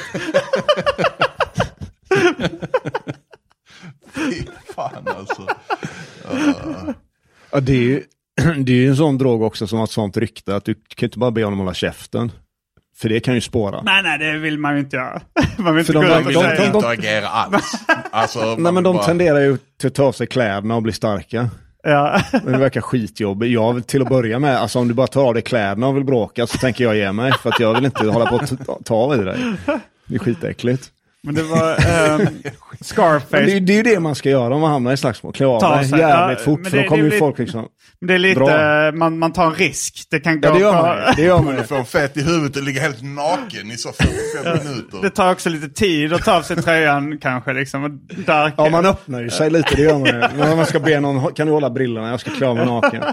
Fy fan alltså. Uh. Ja, det är ju det är ju en sån drog också som har ett sånt rykte att du kan inte bara be honom hålla käften. För det kan ju spåra. Nej, nej, det vill man ju inte göra. Man vill inte, de, de, de, de, de, inte agera alls. Alltså, nej, men de bara... tenderar ju till att ta av sig kläderna och bli starka. Ja. Men det verkar skitjobbigt. Jag vill till att börja med, alltså om du bara tar av dig kläderna och vill bråka så tänker jag ge mig. För att jag vill inte hålla på att ta, ta av i det där. Det är skitäckligt. Men det var um, Scarface. Men det, är, det är ju det man ska göra om man hamnar i slagsmål. Klä av dig jävligt ja, fort. För det, då kommer ju folk liksom. Det är lite, man, man tar en risk. Det kan gå ja, det gör på... man. Det gör man. Du får en fett i huvudet och ligga helt naken i så fyrtiofem ja, minuter. Det tar också lite tid att ta av sig tröjan kanske liksom. Och där... Ja, man öppnar ju sig lite, det gör man ju. Men man ska be någon, kan du hålla brillorna? Jag ska klä mig naken.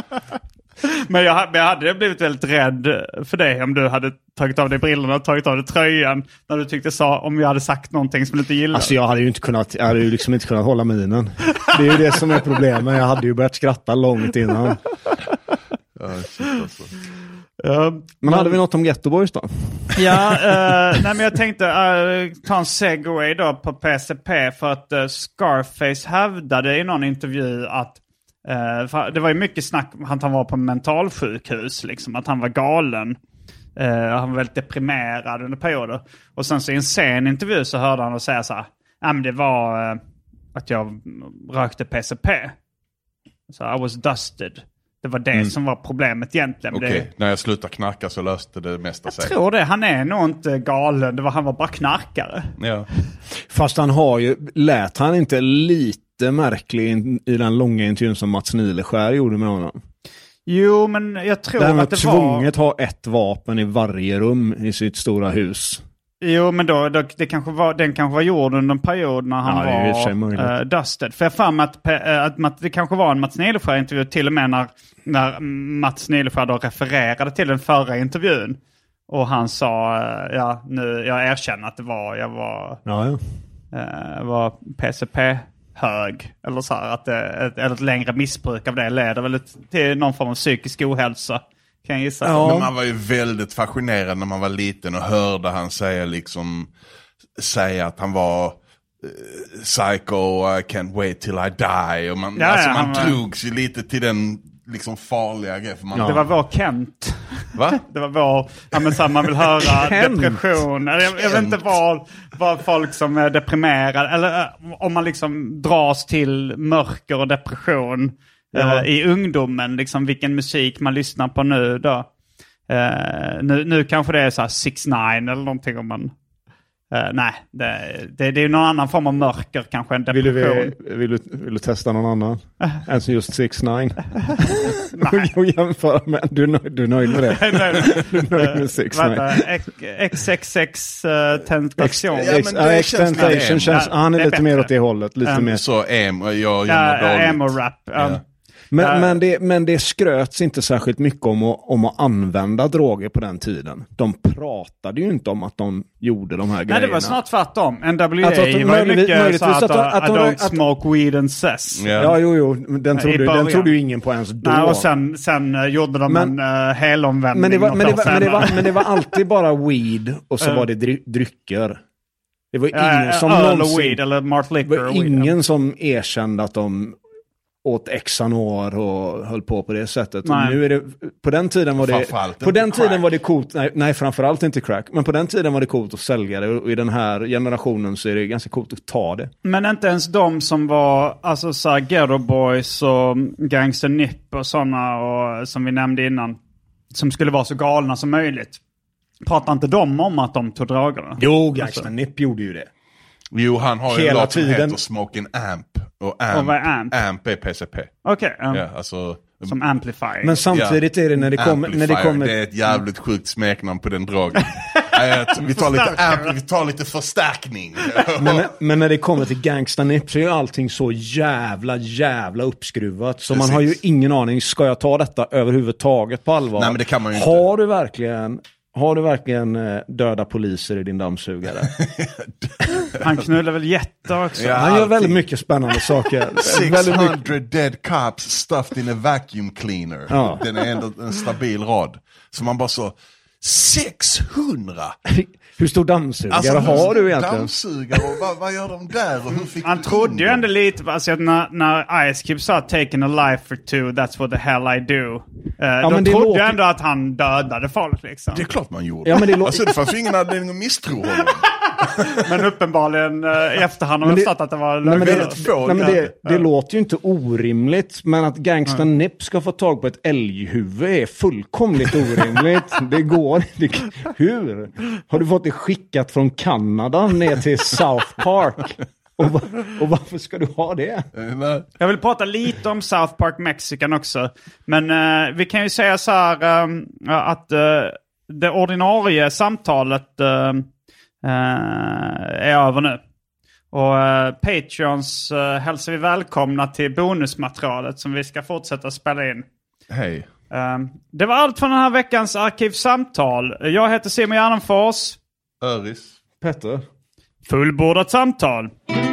Men jag, jag hade blivit väldigt rädd för det om du hade tagit av dig brillorna och tagit av dig tröjan när du tyckte så, om jag hade sagt någonting som du inte gillade. Alltså jag hade ju inte kunnat, jag hade ju liksom inte kunnat hålla minen. Det är ju det som är problemet. Jag hade ju börjat skratta långt innan. Ja, shit alltså. Ja, men hade vi något om Ghetto Boys då? Ja, uh, nej men jag tänkte uh, ta en segway då på P C P för att uh, Scarface hävdade i någon intervju att Uh, det var ju mycket snack om att han var på mentalsjukhus liksom, att han var galen uh, han var väldigt deprimerad under perioder och sen så i en sen intervju så hörde han och säga så här, ja men det var uh, att jag rökte P C P så I was dusted. Det var det mm. som var problemet egentligen. Okej, okay. Det... när jag slutade knarka så löste det mesta jag sig. Jag tror det, han är nog inte galen, det var, han var bara knarkare. Ja. Fast han har ju, lät han inte lite märklig i den långa intervjun som Mats Nileskär gjorde med honom? Jo, men jag tror att det var... att det tvunget var... ha ett vapen i varje rum i sitt stora hus. Jo, men då, då det kanske var, den kanske var gjord under en period när han ja, var uh, dusted. För jag fann mig att, uh, att det kanske var en Mats Nileskär-intervju till och med när, när Mats Nileskär då refererade till den förra intervjun. Och han sa, uh, ja, nu, jag erkänner att det var, jag var, ja, ja. Uh, var P C P hög. Eller så här, att det, ett, ett längre missbruk av det leder väl till någon form av psykisk ohälsa. Kan jag gissa. Ja. Men man var ju väldigt fascinerad när man var liten och hörde han säga liksom säga att han var uh, psycho, I can't wait till I die. Och man, ja, alltså, man var... drogs ju lite till den liksom farliga grejen. Man... Ja. Det var vår Kent. Va? Det var vår, ja men så här, man vill höra depression. Jag, jag vet inte vad, vad folk som är deprimerade, eller om man liksom dras till mörker och depression. Ja. Uh, i ungdomen, liksom vilken musik man lyssnar på nu då. Uh, nu, nu kanske det är så här six nine eller någonting om man... Uh, nej, det, det, det är ju någon annan form av mörker kanske än depression. Vill du, vill du, vill du testa någon annan? Uh. Än som just six nine? Och jämföra med, du är nöjd, du är nöjd med det? Du är nöjd med six nine? X X X uh, Tentation. Ja, X-Tentation känns, han är, är lite bättre. Mer åt det hållet. Lite um, mer. Så emo, jag ja, emo-rap. Um, yeah. Men, uh, men, det, men det skröts inte särskilt mycket om att, om att använda droger på den tiden. De pratade ju inte om att de gjorde de här grejerna. Nej, det var snart tvärtom. N W A att, att, var ju mycket så att, att, att, att I don't att, smoke weed and cess. Yeah. Ja, jo, jo. Den trodde, den trodde ju ingen på ens då. Nej, och sen, sen uh, gjorde de men, en uh, helomvändning. Men det, var, men, det var, men, det var, men det var alltid bara weed och så uh, var det dry, drycker. Det var ingen uh, som uh, någonsin... Weed, eller malt liquor. Det var ingen weed. Som erkände att de... åt Xanor och höll på på det sättet. Nu är det, på den tiden var det på den tiden var det coolt, nej, nej framförallt inte crack, men på den tiden var det coolt att sälja det, och i den här generationen så är det ganska coolt att ta det. Men inte ens de som var alltså så här Ghetto Boys och Gangster Nip och sådana, och som vi nämnde innan, som skulle vara så galna som möjligt. Pratar inte de om att de tog dragarna? Jo, Gangster alltså. Nip gjorde ju det. Jo, han har ju hela en låt som tiden. heter Smoking Amp. Och Amp, och vad är Amp? Amp är P C P. Okej. Okay, um, ja, alltså, som Amplifier. Men samtidigt är det när det kommer... När det, kommer... det är ett jävligt sjukt smeknamn på den dragen. vi, tar lite amp, vi tar lite förstärkning. men, men när det kommer till Gangsta Nip så är allting så jävla, jävla uppskruvat. Så Precis. Man har ju ingen aning, ska jag ta detta överhuvudtaget på allvar? Nej, men det kan man ju inte. Har du verkligen... Har du verkligen döda poliser i din dammsugare? Han knullar väl jätter också. Ja, han gör väldigt mycket spännande saker. sexhundra mycket... dead cops stuffed in a vacuum cleaner. Ja. Den är ändå en stabil rad. Så man bara så... sexhundra! Hur stor dammsugare alltså, har du egentligen? Dammsugare, och vad, vad gör de där? Och hur fick Han trodde ju ändå lite, alltså, att när, när Ice Cube sa taking a life for two, that's what the hell I do. Uh, ja, då trodde låter... jag ändå att han dödade folk liksom. Det är klart man gjorde. Ja, men det, lå... alltså, det fanns ju ingen anledning att misstro honom. Men uppenbarligen uh, i efterhand har man förstått att det var nej, men det, nej, men det, det låter ju inte orimligt, men att Gangsta mm. Nip ska få tag på ett älghuvud är fullkomligt orimligt. Det går inte. Hur? Har du fått det skickat från Kanada ner till South Park? Och, och varför ska du ha det? Jag vill prata lite om South Park Mexican också. Men uh, vi kan ju säga så här um, att uh, det ordinarie samtalet uh, Uh, är över nu. Och uh, Patreons uh, hälsar vi välkomna till bonusmaterialet som vi ska fortsätta spela in. Hej. Uh, det var allt från den här veckans arkivsamtal. Jag heter Simon Gärdenfors. Öris. Petter. Fullbordat samtal.